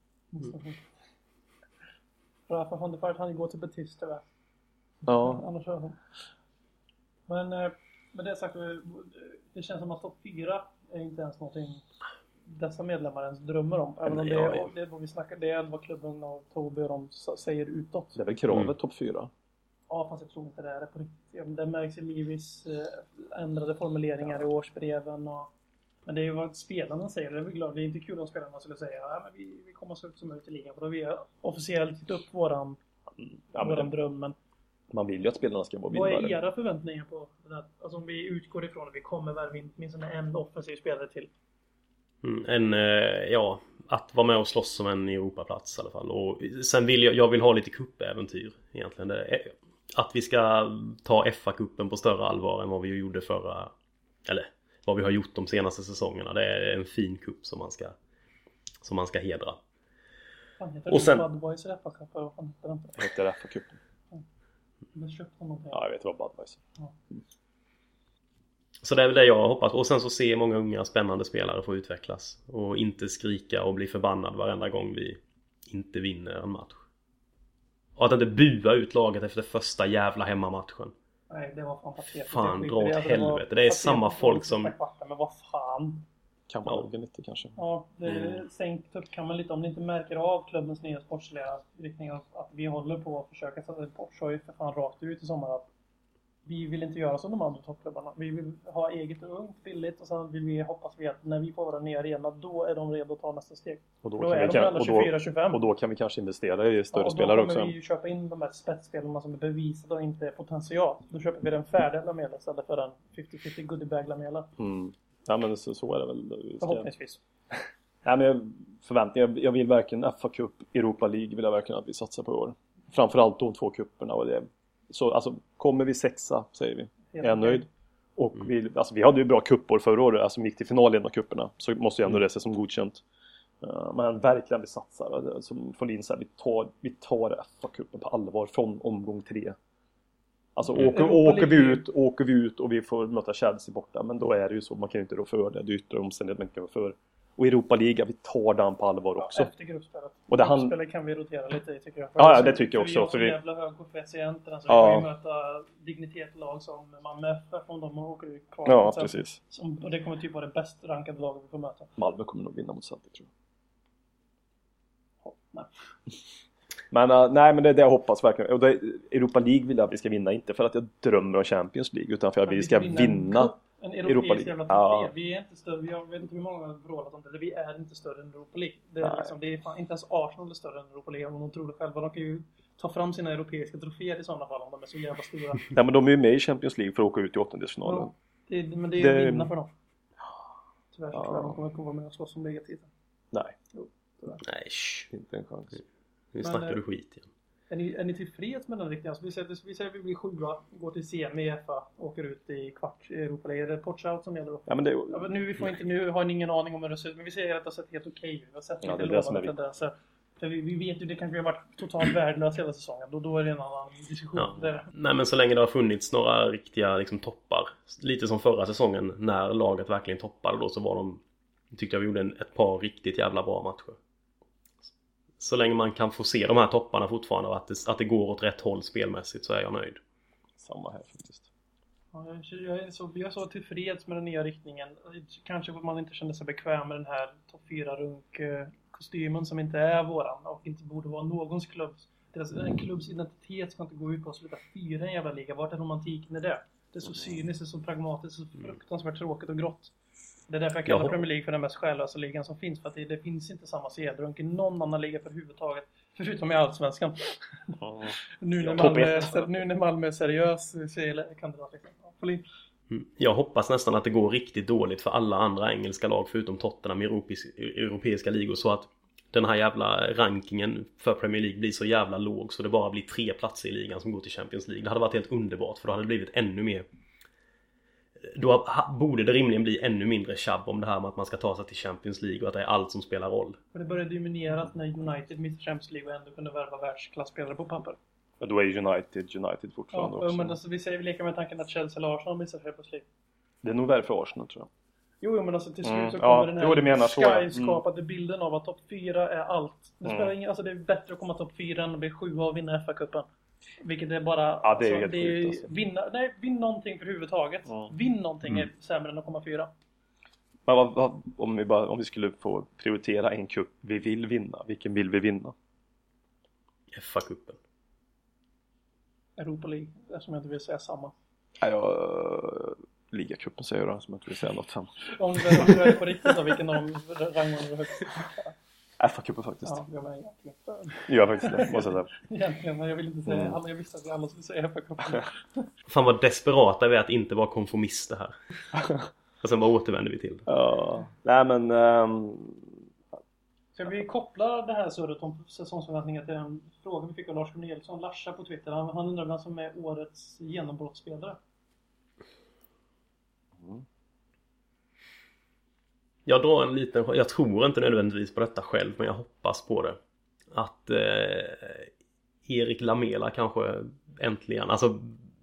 Rafa van der Vaart han går till Batista va? Ja. Annars hör han. Men med det sagt, det känns som att topp 4 är inte ens någonting dessa medlemmar ens drömmer om. Även om det är vad vi snackar, det är vad klubben och Toby och de säger utåt. Det är väl kravet topp 4? Ja, fast jag tror inte det är det på riktigt. Det märks i Livis ändrade formuleringar i årsbreven och Men det är ju vad spelarna säger. Det är vi glada. Det är inte kul om spelarna skulle säga men vi kommer så ut som möjligt i ligan. För då har vi officiellt gett upp våran dröm. Men man vill ju att spelarna ska vara vinnare. vad är era förväntningar på det här? Alltså om vi utgår ifrån att vi kommer värva minst en offensiv spelare till. Att vara med och slåss som en Europaplats i alla fall. Och sen vill jag vill ha lite cupäventyr egentligen. Att vi ska ta FA-cupen på större allvar än vad vi gjorde förra, eller vad vi har gjort de senaste säsongerna. Det är en fin cup som man ska hedra. Och sen Budweiser FA-cup, vad fan heter den? Det heter FA-cupen. Ja, jag vet vad Budweiser. Ja. Så det är väl det jag hoppas. Och sen så ser många unga spännande spelare få utvecklas. Och inte skrika och bli förbannad varenda gång vi inte vinner en match. Och att inte bua ut laget efter första jävla hemmamatchen. Nej, det var fan patetiskt. Fan, dra åt helvete. Det är samma folk som... Men vad fan? Kan man logga lite kanske. Ja, sänkt upp kan man lite. Om ni inte märker av klubbens nya sportsliga riktning att vi håller på att försöka sätta en Porsche ju för fan rakt ut i sommar att vi vill inte göra som de andra toppklubbarna. Vi vill ha eget och ungt, billigt och sen vill vi hoppas vi att när vi får våra nya arena då är de redo att ta nästa steg. Och då är de alla 24-25. Och då kan vi kanske investera i större spelare också. Då kommer vi köpa in de här spetsspelarna som är bevisade och inte är potential. Då köper vi den färdiga Lamela istället för den 50-50 goodiebag Lamela. Ja men så är det väl. Förhoppningsvis. Nej men jag vill verkligen FA Cup, Europa League vill jag verkligen att vi satsar på i år. Framförallt de 2 kupperna och det. Så alltså kommer vi 6:a säger vi. Jag är nöjd. Och vi hade ju bra kuppor förra året. Alltså vi gick till final i en av kupperna. Så måste ju ändå det ses som godkänt. Men verkligen vi satsar. Som Folin säger, vi tar FA-cupen på allvar från omgång 3. Alltså åker vi ut och vi får möta Chelsea borta. Men då är det ju så, man kan ju inte rå för det. Det är yttre omständighet man kan rå för. Och Europa Liga, vi tar den på allvar också. Efter gruppspelet. Och gruppspelet kan vi rotera lite i tycker jag. Ja, det tycker jag också. För vi har så jävla hög koefficient. Alltså vi får ju möta dignitetlag som Malmö FF om de åker ut kvar. Ja, precis. Och det kommer typ vara det bäst rankade laget vi får möta. Malmö kommer nog vinna mot Celtic tror jag. Nej. Men men det är det jag hoppas verkligen. Och Europa League vill jag att vi ska vinna. Inte för att jag drömmer om Champions League. Utan för att vi ska vinna en europeisk jävla trofé. Vi är inte större. Jag vet inte hur många har vrålat om det. Vi är inte större än Europa League. Det är fan, inte ens Arsenal är större än Europa League. Om de tror det själva. De kan ju ta fram sina europeiska troféer i sådana fall. Om de är så jävla stora. Nej men de är ju med i Champions League för att åka ut i åttondelsfinalen. Ja, men det är att vinna för dem. Tyvärr så tror jag de kommer att komma med och slåss om ligatiteln. Nej. Nej, inte en chans. Nu snackar du skit igen. Är ni tillfreds med den riktningen? Alltså, vi säger att vi blir 7:a, går till semi i FA, åker ut i kvart i Europa League. Är det Portshout som gäller då? Ja, men nu har ni ingen aning om hur det ser ut. Men vi säger att det har sett helt okej ut. Vi har sett lite lovande tendenser. För vi vet ju, det kanske har varit totalt värdelöst hela säsongen. Då är det en annan diskussion. Ja. Nej, men så länge det har funnits några riktiga liksom, toppar. Lite som förra säsongen när laget verkligen toppade då, så var de, tyckte jag vi gjorde ett par riktigt jävla bra matcher. Så länge man kan få se de här topparna fortfarande och att det går åt rätt håll spelmässigt så är jag nöjd. Samma här faktiskt. Ja, jag är så tillfreds med den nya riktningen. Kanske för att man inte kände sig bekväm med den här topp 4-runk-kostymen som inte är våran och inte borde vara någons klubbs. En klubbs identitet ska inte gå ut på att sluta 4 i en jävla liga. Vart är romantiken i det? Det är så cyniskt, det är så pragmatiskt, så fruktansvärt tråkigt och grått. Det är därför jag kallar Premier League för den mest själlösa ligan som finns. För att det finns inte samma sedrunk i någon annan liga för huvudtaget. Förutom i Allsvenskan. Nu när Malmö är seriös kandidat liksom. Jag hoppas nästan att det går riktigt dåligt för alla andra engelska lag förutom Tottenham i europeiska ligor. Så att den här jävla rankingen för Premier League blir så jävla låg. Så det bara blir 3 platser i ligan som går till Champions League. Det hade varit helt underbart för då hade det blivit ännu mer. Då borde det rimligen bli ännu mindre tjabb om det här med att man ska ta sig till Champions League och att det är allt som spelar roll. För det började domineras när United missade Champions League och ändå kunde värva världsklasspelare på papper. Men då är United fortfarande också. Men alltså, vi leker med tanken att Chelsea eller Arsenal missar Champions League. Det är nog värre för Arsenal tror jag. Jo, men alltså till slut så kommer den här skapade bilden av att topp 4 är allt. Det spelar ingen, alltså det är bättre att komma topp 4 än att bli 7 och vinna FA-cupen. Vilket är bara... Ja, det är helt sjukt alltså. Vinn någonting för huvudtaget. Vinn någonting är sämre än att komma 4. Men om vi skulle få prioritera en cup vi vill vinna, vilken vill vi vinna? FA-cupen. Europa League, eftersom jag inte vill säga samma. Ja, Ligacupen säger jag som jag inte vill säga något sen. Om du är på riktigt då, vilken av de rangordnar högst? FA-cupen faktiskt. Ja, jag med egentligen. Ja, faktiskt det, måste jag säga. Egentligen, men jag vill inte säga alla. Jag visste att vi alla skulle säga FA-cupen. Fan vad desperata vi är att inte vara konformister här. Och sen bara återvänder vi till det. Ja, nej men... Så vi kopplar det här surret om säsongsförväntningar till en fråga vi fick av Lars Corneliusson, Larsa på Twitter. Han undrar vem som är årets genombrottsspelare. Jag drar en liten... Jag tror inte nödvändigtvis på detta själv, men jag hoppas på det. Att Erik Lamela kanske äntligen... Alltså,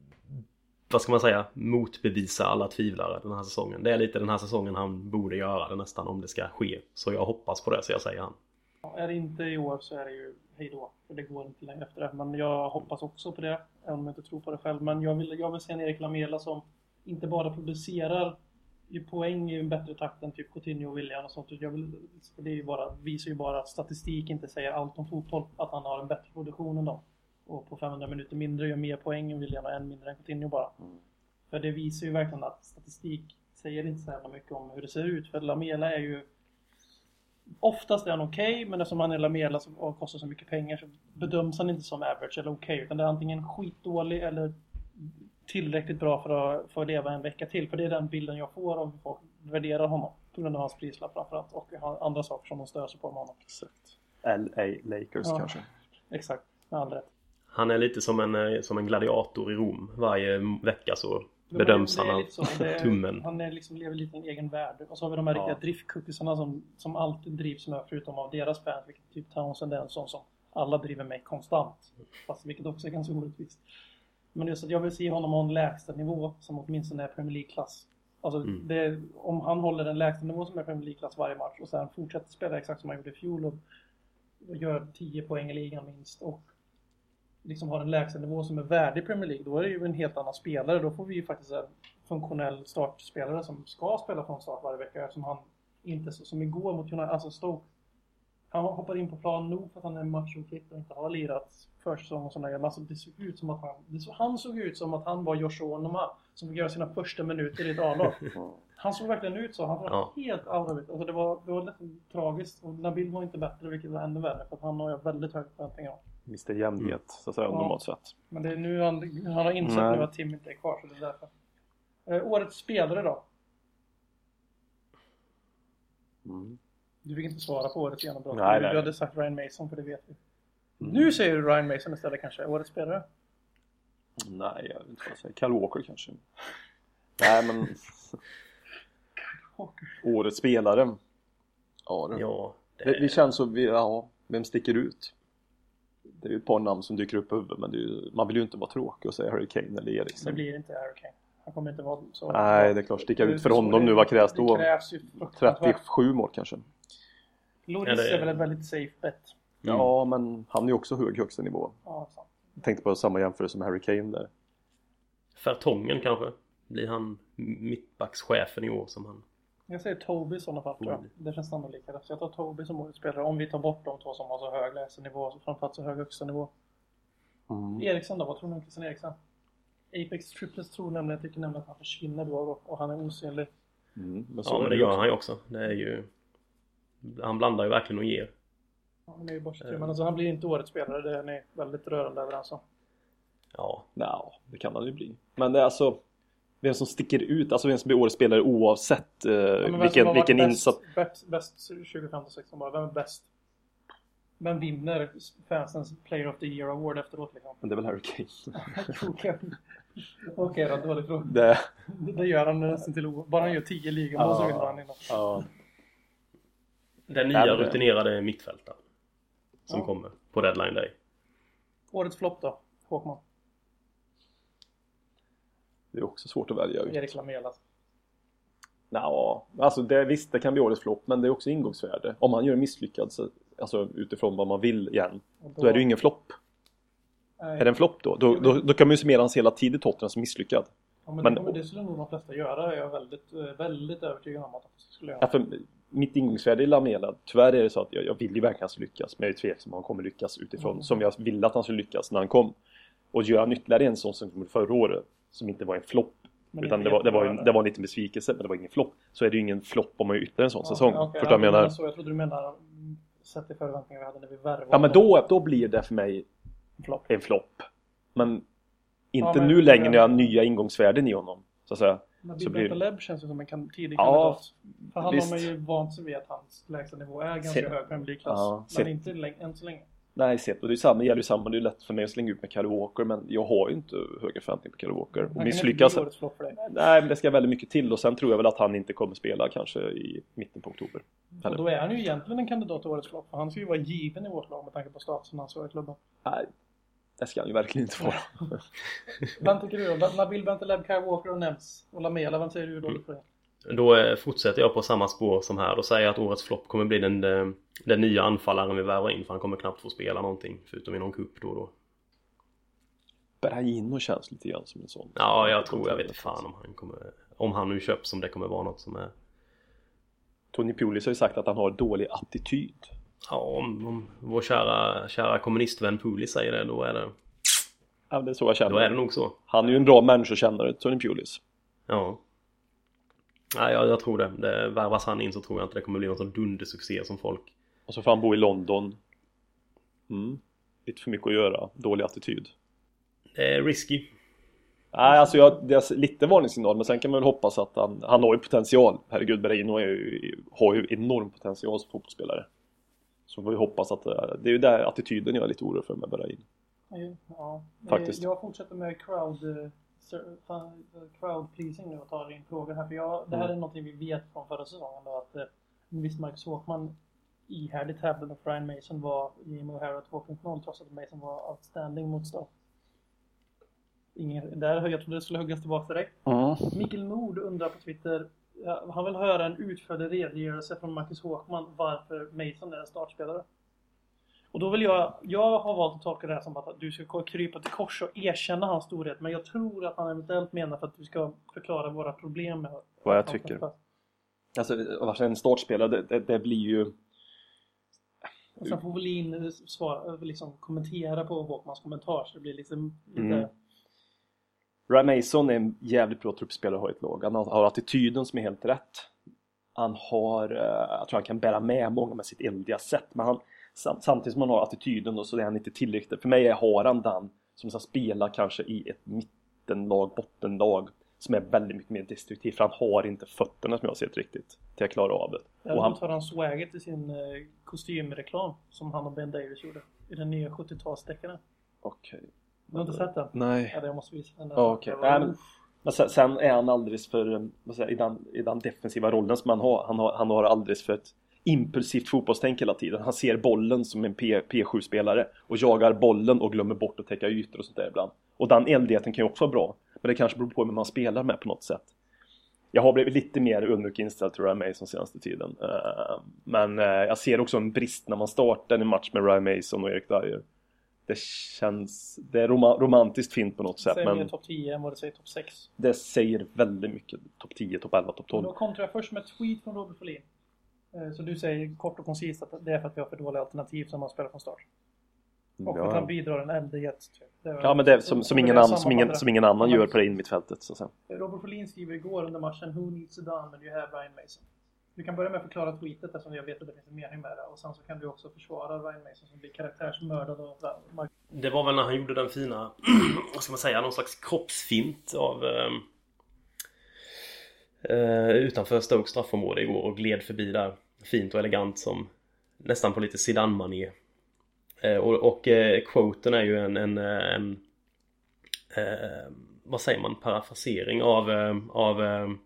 vad ska man säga? Motbevisa alla tvivlare den här säsongen. Det är lite den här säsongen han borde göra det nästan om det ska ske. Så jag hoppas på det, så jag säger han. Ja, är det inte i år så är det ju hej då. För det går inte längre efter det. Men jag hoppas också på det. Även om jag inte tror på det själv. Men jag vill se en Erik Lamela som inte bara producerar poäng i en bättre takt än typ Coutinho och William och sånt. Det är ju bara, visar ju bara att statistik inte säger allt om fotboll. Att han har en bättre produktion än dem. Och på 500 minuter mindre gör mer poäng än William och en mindre än Coutinho bara. För det visar ju verkligen att statistik säger inte så jävla mycket om hur det ser ut. För Lamela är ju... Oftast är han okej, men eftersom han är Lamela och kostar så mycket pengar så bedöms han inte som average eller okej. Utan det är antingen skitdålig eller tillräckligt bra för att leva en vecka till. För det är den bilden jag får om folk värderar honom. På grund av hans prislapp framförallt. Och andra saker som de stör sig på med honom. Exakt. LA Lakers kanske. Exakt, med all rätt. Han är lite som en gladiator i Rom. Varje vecka så bedöms han av tummen. Han är liksom, lever lite i en egen värld. Och så har vi de här riktiga driftcookiesarna som alltid drivs med, förutom av deras fans. Vilket typ Townsend är en sån som alla driver med konstant. Fast vilket också är ganska orättvist. Men just att jag vill se honom ha en lägsta nivå som åtminstone är Premier League-klass. Alltså om han håller en lägsta nivå som är Premier League-klass varje match och sen fortsätter spela exakt som han gjorde i fjol och gör 10 poäng i ligan minst och liksom har en lägsta nivå som är värdig Premier League, då är det ju en helt annan spelare. Då får vi ju faktiskt en funktionell startspelare som ska spela från start varje vecka, eftersom han inte som igår mot United, alltså Stoke. Han hoppar in på plan nog för att han är matchofit och inte har lirat försäsong och sådana grejer. Alltså det såg ut som att han såg ut som att han var Joshua Onoma som fick göra sina första minuter i ett A-lag. Han såg verkligen ut så. Han var helt out of it. Alltså det var lite tragiskt. Och Nabil var inte bättre, vilket var ännu värre. För att han har ju väldigt höga förväntningar. Mr. Jämnhet, så att säga, normalt sett. Men det är nu han har insett nu att Tim inte är kvar, så det är därför. Årets spelare då? Du fick inte svara på årets genombrott. Du hade sagt Ryan Mason, för det vet vi. Nu säger du Ryan Mason istället kanske. Årets spelare? Nej, jag vet inte vad jag säger. Kyle Walker kanske. Nej, men... Årets spelare. Ja, det känns så... vem sticker ut? Det är ju ett par namn som dyker upp i huvudet, men man vill ju inte vara tråkig och säga Harry Kane eller Eriksen. Det blir inte Harry Kane. Han kommer inte vara så... Nej, det är klart. Sticka ut för honom nu. Vad krävs då? 37 mål kanske. Loris är väl ett väldigt safe bet. Ja, men han är ju också högsta nivå. Ja, sant. Jag tänkte på samma jämförelse med Harry Kane där. Fertongen kanske. Blir han mittbackschefen i år som han... Jag säger Toby i sådana fall, tror jag. Det känns sannolikt. Så jag tar Toby som årets spelare. Om vi tar bort de två som har så hög läsenivå, så framförallt så hög högsta nivå. Eriksen då? Vad tror ni om Christian Eriksen? Apex Triplets tror nämligen, jag tycker nämligen att han försvinner då och han är osynlig. Men det gör han ju också. Det är ju... Han blandar ju verkligen och ger. Ja, han är ju bortsett. Men alltså, han blir inte årets spelare. Det är ni väldigt rörande överens om. Ja, det kan han ju bli. Men det är alltså... Vem som sticker ut, alltså vem som blir årets spelare oavsett vilken insats. Bäst 2015-16 bara, vem är bäst? Vem vinner fansens Player of the Year Award efteråt liksom? Men det är väl Harry Kane. Okej då, dålig fråga. Det gör han nästan till bara han gör 10 ligamål så vinner han innan. Den nya rutinerade mittfältaren som kommer på deadline day. Årets flopp då, Håkman? Det är också svårt att välja ut. Erik Lamela. Alltså visst, det kan bli årets flopp, men det är också ingångsvärde. Om han gör en misslyckad, alltså utifrån vad man vill igen, då är det ju ingen flopp. Är det en flopp då? Då kan man ju summera hans hela tid i Tottenham som misslyckad. Ja, men det skulle nog de flesta göra. Jag är väldigt, väldigt övertygad om att de skulle göra. Ja, för mitt ingångsvärde i Lamela, tyvärr är det så att jag vill ju verkligen att han ska lyckas, men jag är tveksam om han kommer lyckas utifrån som jag ville att han skulle lyckas när han kom. Och gör han ytterligare en sån som kom förra året, som inte var en flopp, Men utan inte det var jättebra. en liten besvikelse, men det var ingen flopp. Så är det ju ingen flopp om man gör ytterligare en sån säsong. Okay, Förstår jag menar? Så jag trodde du menar sett i förväntningar vi hade när vi värvade. Ja, men då blir det för mig en flopp. Men inte men, nu längre när jag har nya ingångsvärden i honom, så att säga. Nabil Så blir Bentaleb känns ju som en tidig Ja, kandidat. För han visst. har man ju vant sig vid att hans lägsta nivå är ganska hög Premier League-klass. Ja, men inte än så länge. Nej, sett. Och det är gäller ju samma. Det är lätt för mig att slänga ut med Kyle Walker, men jag har ju inte högre förväntning på Kyle Walker. Och misslyckas. Nej, men det ska väldigt mycket till. Och sen tror jag väl att han inte kommer spela kanske i mitten på oktober. Och då är han ju egentligen en kandidat till årets flopp. För han ska ju vara given i vårt lag med tanke på statusen han så i klubben. Nej, det ska han ju verkligen inte vara. Vem tycker du då? Nabil Bentaleb, Kyle Walker och Neves och Lamela, vem säger du då för det? Då fortsätter jag på samma spår som här. Då säger jag att årets flopp kommer bli den nya anfallaren vi värvar in. För han kommer knappt få spela någonting. Förutom i någon cup då och då. Berahino känns lite grann som en sån. Ja, jag vet inte fan om han nu köps, om det kommer vara något som är... Tony Pulis har ju sagt att han har dålig attityd. Ja, om vår kära kommunistvän Pulis säger det, då är det... Ja, det är så jag känner. Då är det nog så. Han är ju en bra människokännare, Tony Pulis. Ja. Nej, jag tror det. Värvas han in så tror jag inte det kommer bli någon sån dundersuccé som folk. Och så får han bo i London. Lite för mycket att göra. Dålig attityd. Det är risky. Nej, alltså det är lite varningssignal. Men sen kan man väl hoppas att han har ju potential. Herregud, Berahino har ju enorm potential som fotbollsspelare. Så får vi hoppas att det är ju där attityden jag är lite orolig för med Berahino. Ja, faktiskt. Jag fortsätter med crowd pleasing nu och tar in frågor här. För det här är något vi vet från förra säsongen då, att visst Marcus Håkman ihärdigt hävdade att Ryan Mason var Jimmy O'Hara 2.0 trots att Mason var outstanding mot Stoke. Jag trodde det skulle huggas tillbaka direkt. Mikael Nord undrar på Twitter, han vill höra en utförlig redogörelse från Marcus Håkman varför Mason är en startspelare. Och då vill jag har valt att tolka det här som att du ska krypa till kors och erkänna hans storhet. Men jag tror att han eventuellt menar för att du ska förklara våra problem med vad jag tycker. Alltså, en startspelare, det blir ju... Och sen får vi in liksom kommentera på Håkmans kommentar. Så det blir liksom lite... Ryan Mason är en jävligt bra truppspelare att ha i ett lag. Han har attityden som är helt rätt. Han har... jag tror han kan bära med många med sitt eldiga sätt. Men samtidigt som han har attityden då, så är han inte tillräckligt. För mig har han den som ska spela kanske i ett mittenlag, bottenlag som är väldigt mycket mer destruktivt. För han har inte fötterna som jag ser riktigt till att klara av det. Ja, och han tar han swagget i sin kostymreklam som han och Ben Davis gjorde i den nya 70-talsdeckaren. Okej. Du har inte sett den? Nej. Ja, jag måste visa den. Okej. Men sen är han alldeles för i den defensiva rollen som han har alldeles för ett impulsivt fotbollstänk hela tiden. Han ser bollen som en P7-spelare och jagar bollen och glömmer bort att täcka ytor och sånt där ibland. Och den eldigheten kan ju också vara bra. Men det kanske beror på hur man spelar med på något sätt. Jag har blivit lite mer ödmjuk inställd till Ryan Mason senaste tiden. Men jag ser också en brist när man startar en match med Ryan Mason och Eric Dyer. Det är romantiskt fint på något sätt. Det säger mer topp 10 än vad det säger topp 6. Det säger väldigt mycket topp 10, topp 11, topp 12. Då kontrar jag först med ett tweet från Robert Folin. Så du säger kort och koncist att det är för att vi har för dåliga alternativ som man spelar från start. Och att han bidrar en eldighet. Ja, men det är som ingen annan gör på det inmittfältet. Så. Robert Folin skriver igår under matchen Who needs Zidane when you have Ryan Mason. Du kan börja med att förklara tweetet eftersom jag vet att det finns en mening med det. Och sen så kan du också försvara Ryan Mason som blir karaktärsmördad och... Det var väl när han gjorde den fina, vad ska man säga, någon slags kroppsfint av utanför Stoke straffområde igår och gled förbi där fint och elegant som nästan på lite Zidane-mané. Och quoten är ju en vad säger man, parafrasering av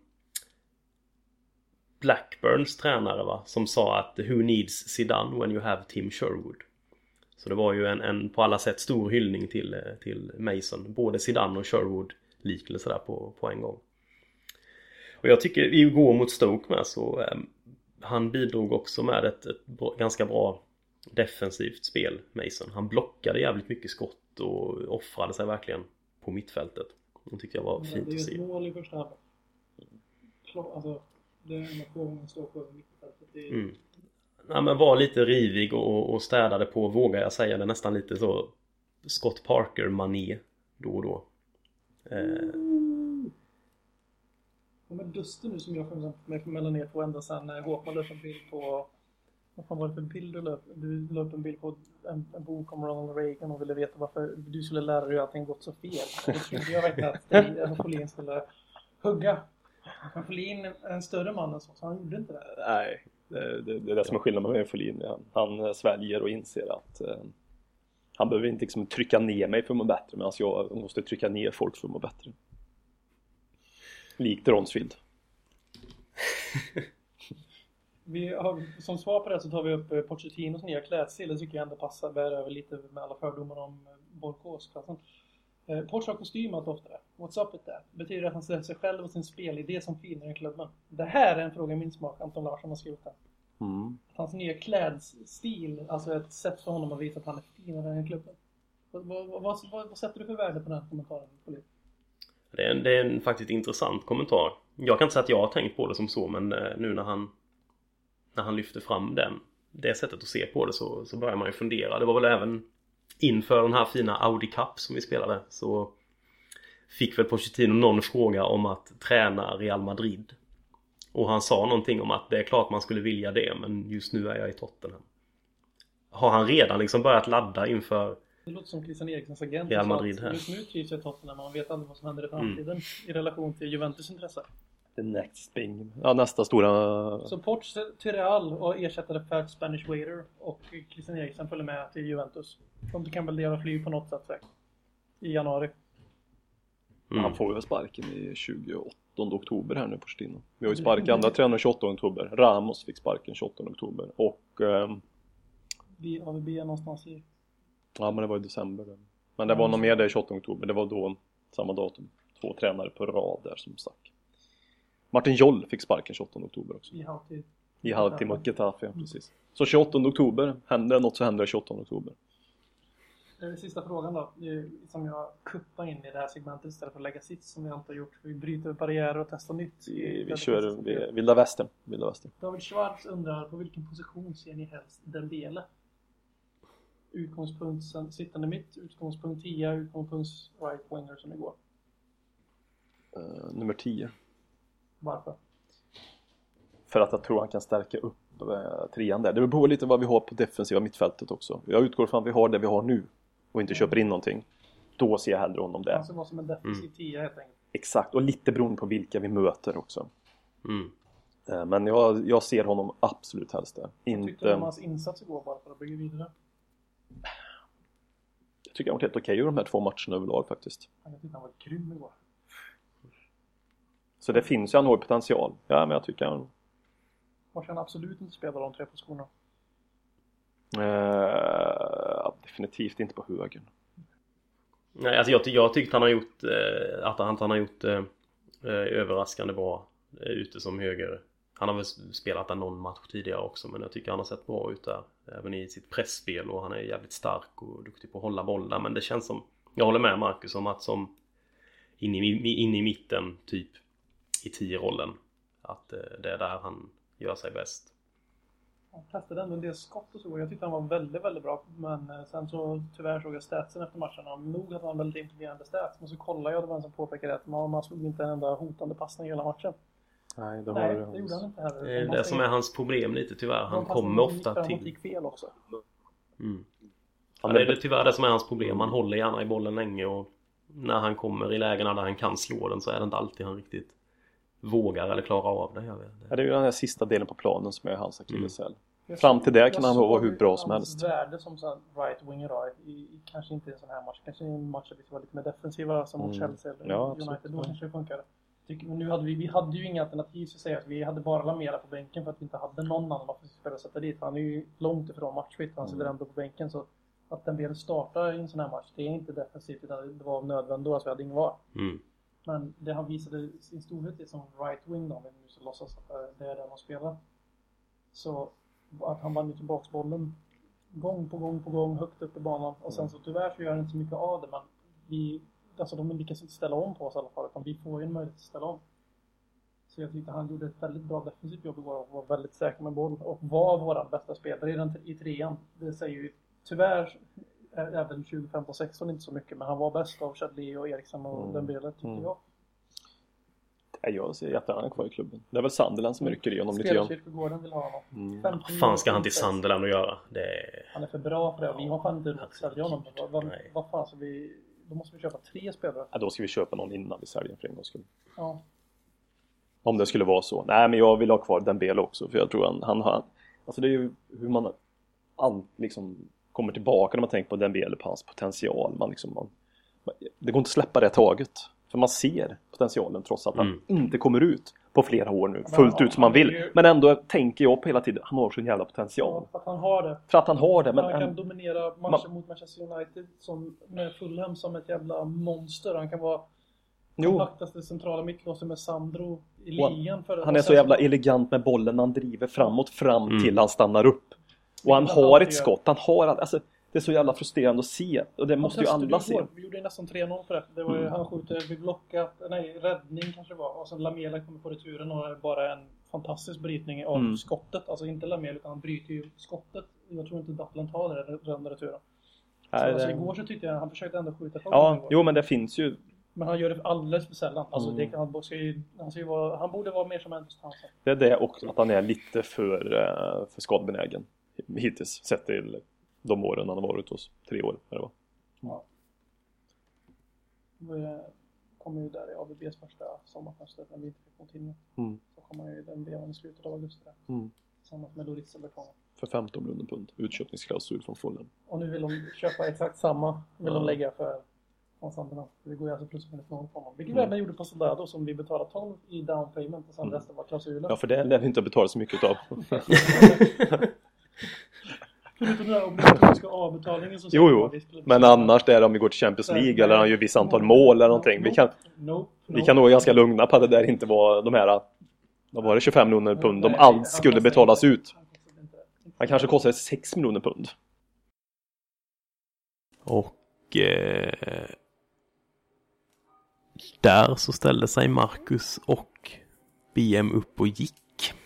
Blackburns tränare, va, som sa att who needs Zidane when you have Tim Sherwood. Så det var ju en på alla sätt stor hyllning till Mason, både Zidane och Sherwood liknelse där på en gång. Och jag tycker vi går mot Stoke med, så han bidrog också med ett ganska bra defensivt spel, Mason. Han blockade jävligt mycket skott och offrade sig verkligen på mittfältet. Det tyckte jag var fint att se. Det är ett mål i första halvlek. Alltså, det är en aktion står på mittfältet. Ja, men var lite rivig och städade på, vågar jag säga det, nästan lite så Scott Parker-mané då och då. Och med Duster nu som jag får med mellan er två ända sedan Håkman löp en bild på... Vad fan var det för bild du löp? Du löp en bild på en bok om Ronald Reagan och ville veta varför du skulle lära dig att allting gått så fel. Då trodde jag verkligen att Folin skulle hugga. Men Folin är en större man än så han gjorde inte det. Nej, det är det som är skillnaden med Folin. Han sväljer och inser att han behöver inte liksom trycka ner mig för att må bättre, men jag måste trycka ner folk för att må bättre. Likt Ronsfield. Vi har, som svar på det så tar vi upp Pochettinos nya klädstil. Det tycker jag ändå passar bär över lite med alla fördomar om Borkås-klassen. Poch har kostym allt oftare. What's up with that? Betyder det att han ser sig själv och sin spelidé som finare i klubben? Det här är en fråga i min smak, Anton Larsson har skrivit det. Hans nya klädstil, alltså ett sätt för honom att visa att han är finare i klubben. Vad sätter du för värde på den här kommentaren? Det är en faktiskt intressant kommentar. Jag kan inte säga att jag har tänkt på det som så, men nu när han lyfter fram det sättet att se på det så börjar man ju fundera. Det var väl även inför den här fina Audi Cup som vi spelade så fick väl Pochettino någon fråga om att träna Real Madrid. Och han sa någonting om att det är klart man skulle vilja det, men just nu är jag i Tottenham. Har han redan liksom börjat ladda inför det låter som Christian Erikssons agent. Real Madrid här. Just nu trivs jag i Tottenham, man vet aldrig vad som händer i framtiden i relation till Juventus intresse. The next thing. Ja, nästa stora... Så Poch till Real och ersättade Fat Spanish Waiter och Christian Eriksen följer med till Juventus. De kan väl dela flyg på något sätt säkert. I januari. Han får ju sparken i 28 oktober här nu på Pochettino. Vi har ju sparkat andra tränare 28 oktober. Ramos fick sparken 28 oktober. Och... AVB någonstans i... Ja, men det var i december. Men det var nog mer där i 28 oktober. Det var då samma datum. 2 tränare på rad där som sagt. Martin Joll fick sparken 28 oktober också. I halvtid mot Getafe, ja, precis. Så 28 oktober, händer något så händer det 28 oktober. Det är den sista frågan då, som jag kuppar in i det här segmentet istället för att lägga sitt som vi alltid har gjort. Vi bryter barriärer och testar nytt. Vi kör vilda västern. David Schwartz undrar på vilken position ser ni helst Dembele? Utgångspunkt sittande mitt, utgångspunkt 10, utgångspunkt right winger som igår. Nummer 10. Varför? För att jag tror han kan stärka upp trean där. Det beror lite vad vi har på defensiva mittfältet också. Jag utgår från att vi har det vi har nu och inte köper in någonting. Då ser jag hellre honom där. Alltså vad som en defensiv 10 helt enkelt. Exakt, och lite beroende på vilka vi möter också. Men jag ser honom absolut helst där. Jag tyckte om hans insats igår bara för att bygga vidare. Jag tycker han var helt okej i de här 2 matcherna överlag faktiskt. Jag tyckte han var grym igår. Så det finns ju en hård potential. Ja, men jag tycker han... Varför han absolut inte spelar de 3 positionerna? Definitivt inte på högen. Nej, alltså jag tyckte han har gjort att han har gjort överraskande bra ute som höger. Han har väl spelat där någon match tidigare också, men jag tycker han har sett bra ut där. Även i sitt pressspel, och han är jävligt stark och duktig på att hålla bollar. Men det känns som, jag håller med Marcus om att som inne i mitten typ i 10-rollen, att det är där han gör sig bäst. Han testade ändå en del skott och så. Jag tyckte han var väldigt, väldigt bra. Men sen så tyvärr såg jag statsen efter matchen. Nog att han väldigt imponerande stats. Men så kollade jag, det var en som påpekade att man slog inte en enda hotande passning i hela matchen. Nej, det gjorde han inte heller. Det är det som är hans problem lite tyvärr. Han kommer ofta till... gick fel också. Ja, det är tyvärr det som är hans problem. Han håller gärna i bollen länge, och när han kommer i lägena där han kan slå den så är det inte alltid han riktigt vågar eller klarar av det. Ja, det är ju den här sista delen på planen som är hans akilleshäl. Fram till det kan han vara hur bra som helst. Värde som right winger då, kanske inte i en sån här match. Kanske i en match där vi var lite mer defensiva som mot Chelsea eller United. Då kanske det funkar. Men nu hade vi hade ju inga alternativ så att säga. Vi hade bara Lamela på bänken för att vi inte hade någon annan att spela sätta dit. Han är ju långt ifrån matchfit. Han sitter ändå på bänken, så att den väl startar i en sån här match, det är inte defensivt, utan det var nödvändigt då att vi hade ingen var. Men det han visade sin storhet i som right wing då, om vi nu så låtsas att det är där man spelar. Så att han vann ju tillbaks bollen gång på gång högt upp i banan. Och sen så tyvärr så gör han inte så mycket av det, men de lyckas inte ställa om på oss i alla fall, utan vi får ju en möjlighet att ställa om. Så jag tyckte han gjorde ett väldigt bra defensivt jobb igår och var väldigt säker med boll och var våran bästa spelare i trean. Det säger ju tyvärr även 2015-16 inte så mycket, men han var bäst av Chadli och Eriksson och den delen tycker jag. Jag ser jättegärna kvar i klubben. Det är väl Sunderland som rycker i honom lite grann. Spelarkyrkogården vill ha honom. Vad fan ska han till Sunderland att göra? Han är för bra för det. Vi har fan inte råd att sälja honom. Vad fan, så då måste vi köpa 3 spelare. Ja, då ska vi köpa någon innan vi säljer för en gångs skull. Ja. Om det skulle vara så. Nej, men jag vill ha kvar Dembele också. För jag tror han har... Alltså det är ju hur man liksom kommer tillbaka när man tänker på Dembele, på hans potential. Det går inte att släppa det taget. För man ser potentialen trots att han inte kommer ut på flera år nu. Fullt ut som man vill. Men ändå tänker jag på hela tiden. Han har så en jävla potential. Ja, för att han har det. För att han har det. Men han kan dominera matcher mot Manchester United med Fulham som ett jävla monster. Han kan vara kompaktaste centrala mittlåser med Sandro i ligan. Han är så jävla elegant med bollen när han driver framåt till han stannar upp. Och han har ett skott. Han har alltså, det är så jävla frustrerande att se. Och det måste ju alla se. Vi gjorde ju nästan 3-0 för det. Det var ju, han skjuter vid blockat. Nej, räddning kanske det var. Och sen Lamela kommer på returen och är bara en fantastisk brytning av skottet. Alltså inte Lamela utan han bryter ju skottet. Jag tror inte Dublin tar den returen. Alltså, igår så tyckte jag han försökte ändå skjuta på. Ja, jo men det finns ju. Men han gör det alldeles för sällan. Alltså, han borde vara mer som en distans. Det är det också, att han är lite för skadebenägen hittills sett till de åren han har varit hos 3 år. Eller vad? Ja. Vi kommer ju där i ABBs första sommarfönster när vi inte fick någonting. Så kommer ju den vevan i slutet av augusti tillsammans med Loris Berton. För 15 miljoner pund. Utköpningsklausul från Fulham. Och nu vill de köpa exakt samma. Vill de lägga för Sunderland. Det går ju alltså plus minus 0 på honom. Vilket vi även gjorde på Soldado som vi betalade 12 i down payment och sen resten var klausulen. Ja, för det lär vi inte betala så mycket av. Förutom den här obligatoriska avbetalningen så jo. Men annars det är om vi går till Champions League eller han gör vissa antal mål eller någonting. Vi kan nog vara ganska lugna på att det där inte var de här, vad var det, 25 miljoner pund om allt skulle betalas ut. Han kanske kostade 6 miljoner pund. Och där så ställde sig Marcus och BM upp och gick.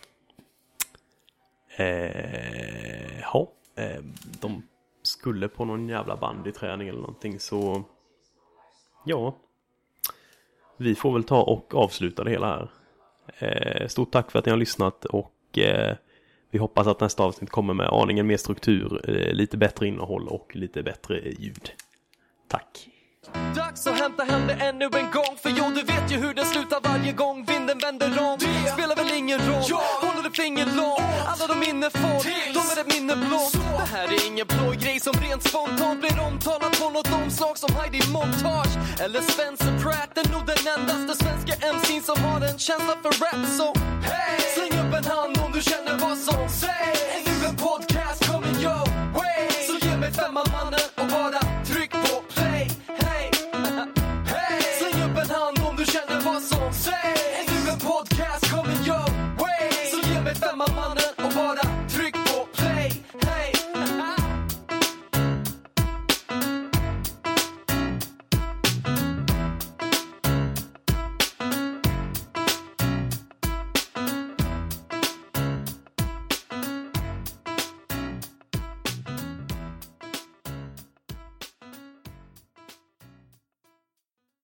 De skulle på någon jävla bandyträning eller någonting, så ja, vi får väl ta och avsluta det hela här. Stort tack för att ni har lyssnat och vi hoppas att nästa avsnitt kommer med aningen mer struktur, lite bättre innehåll och lite bättre ljud. Tack! Dags att hämta hem det ännu en gång. För jo, du vet ju hur det slutar varje gång vinden vänder om. Det spelar väl ingen roll, håller det finger långt. Alla de minne får, de är ett minne blått. Det här är ingen blå grej som rent spontant blir omtalat på något omslag som Heidi Montage eller Spencer Pratt. Är nog den endaste svenska MC'n som har en känsla för rap. Så hey, släng upp en hand om du känner vad som sägs. Är nu en podcast coming your way, så ge mig 5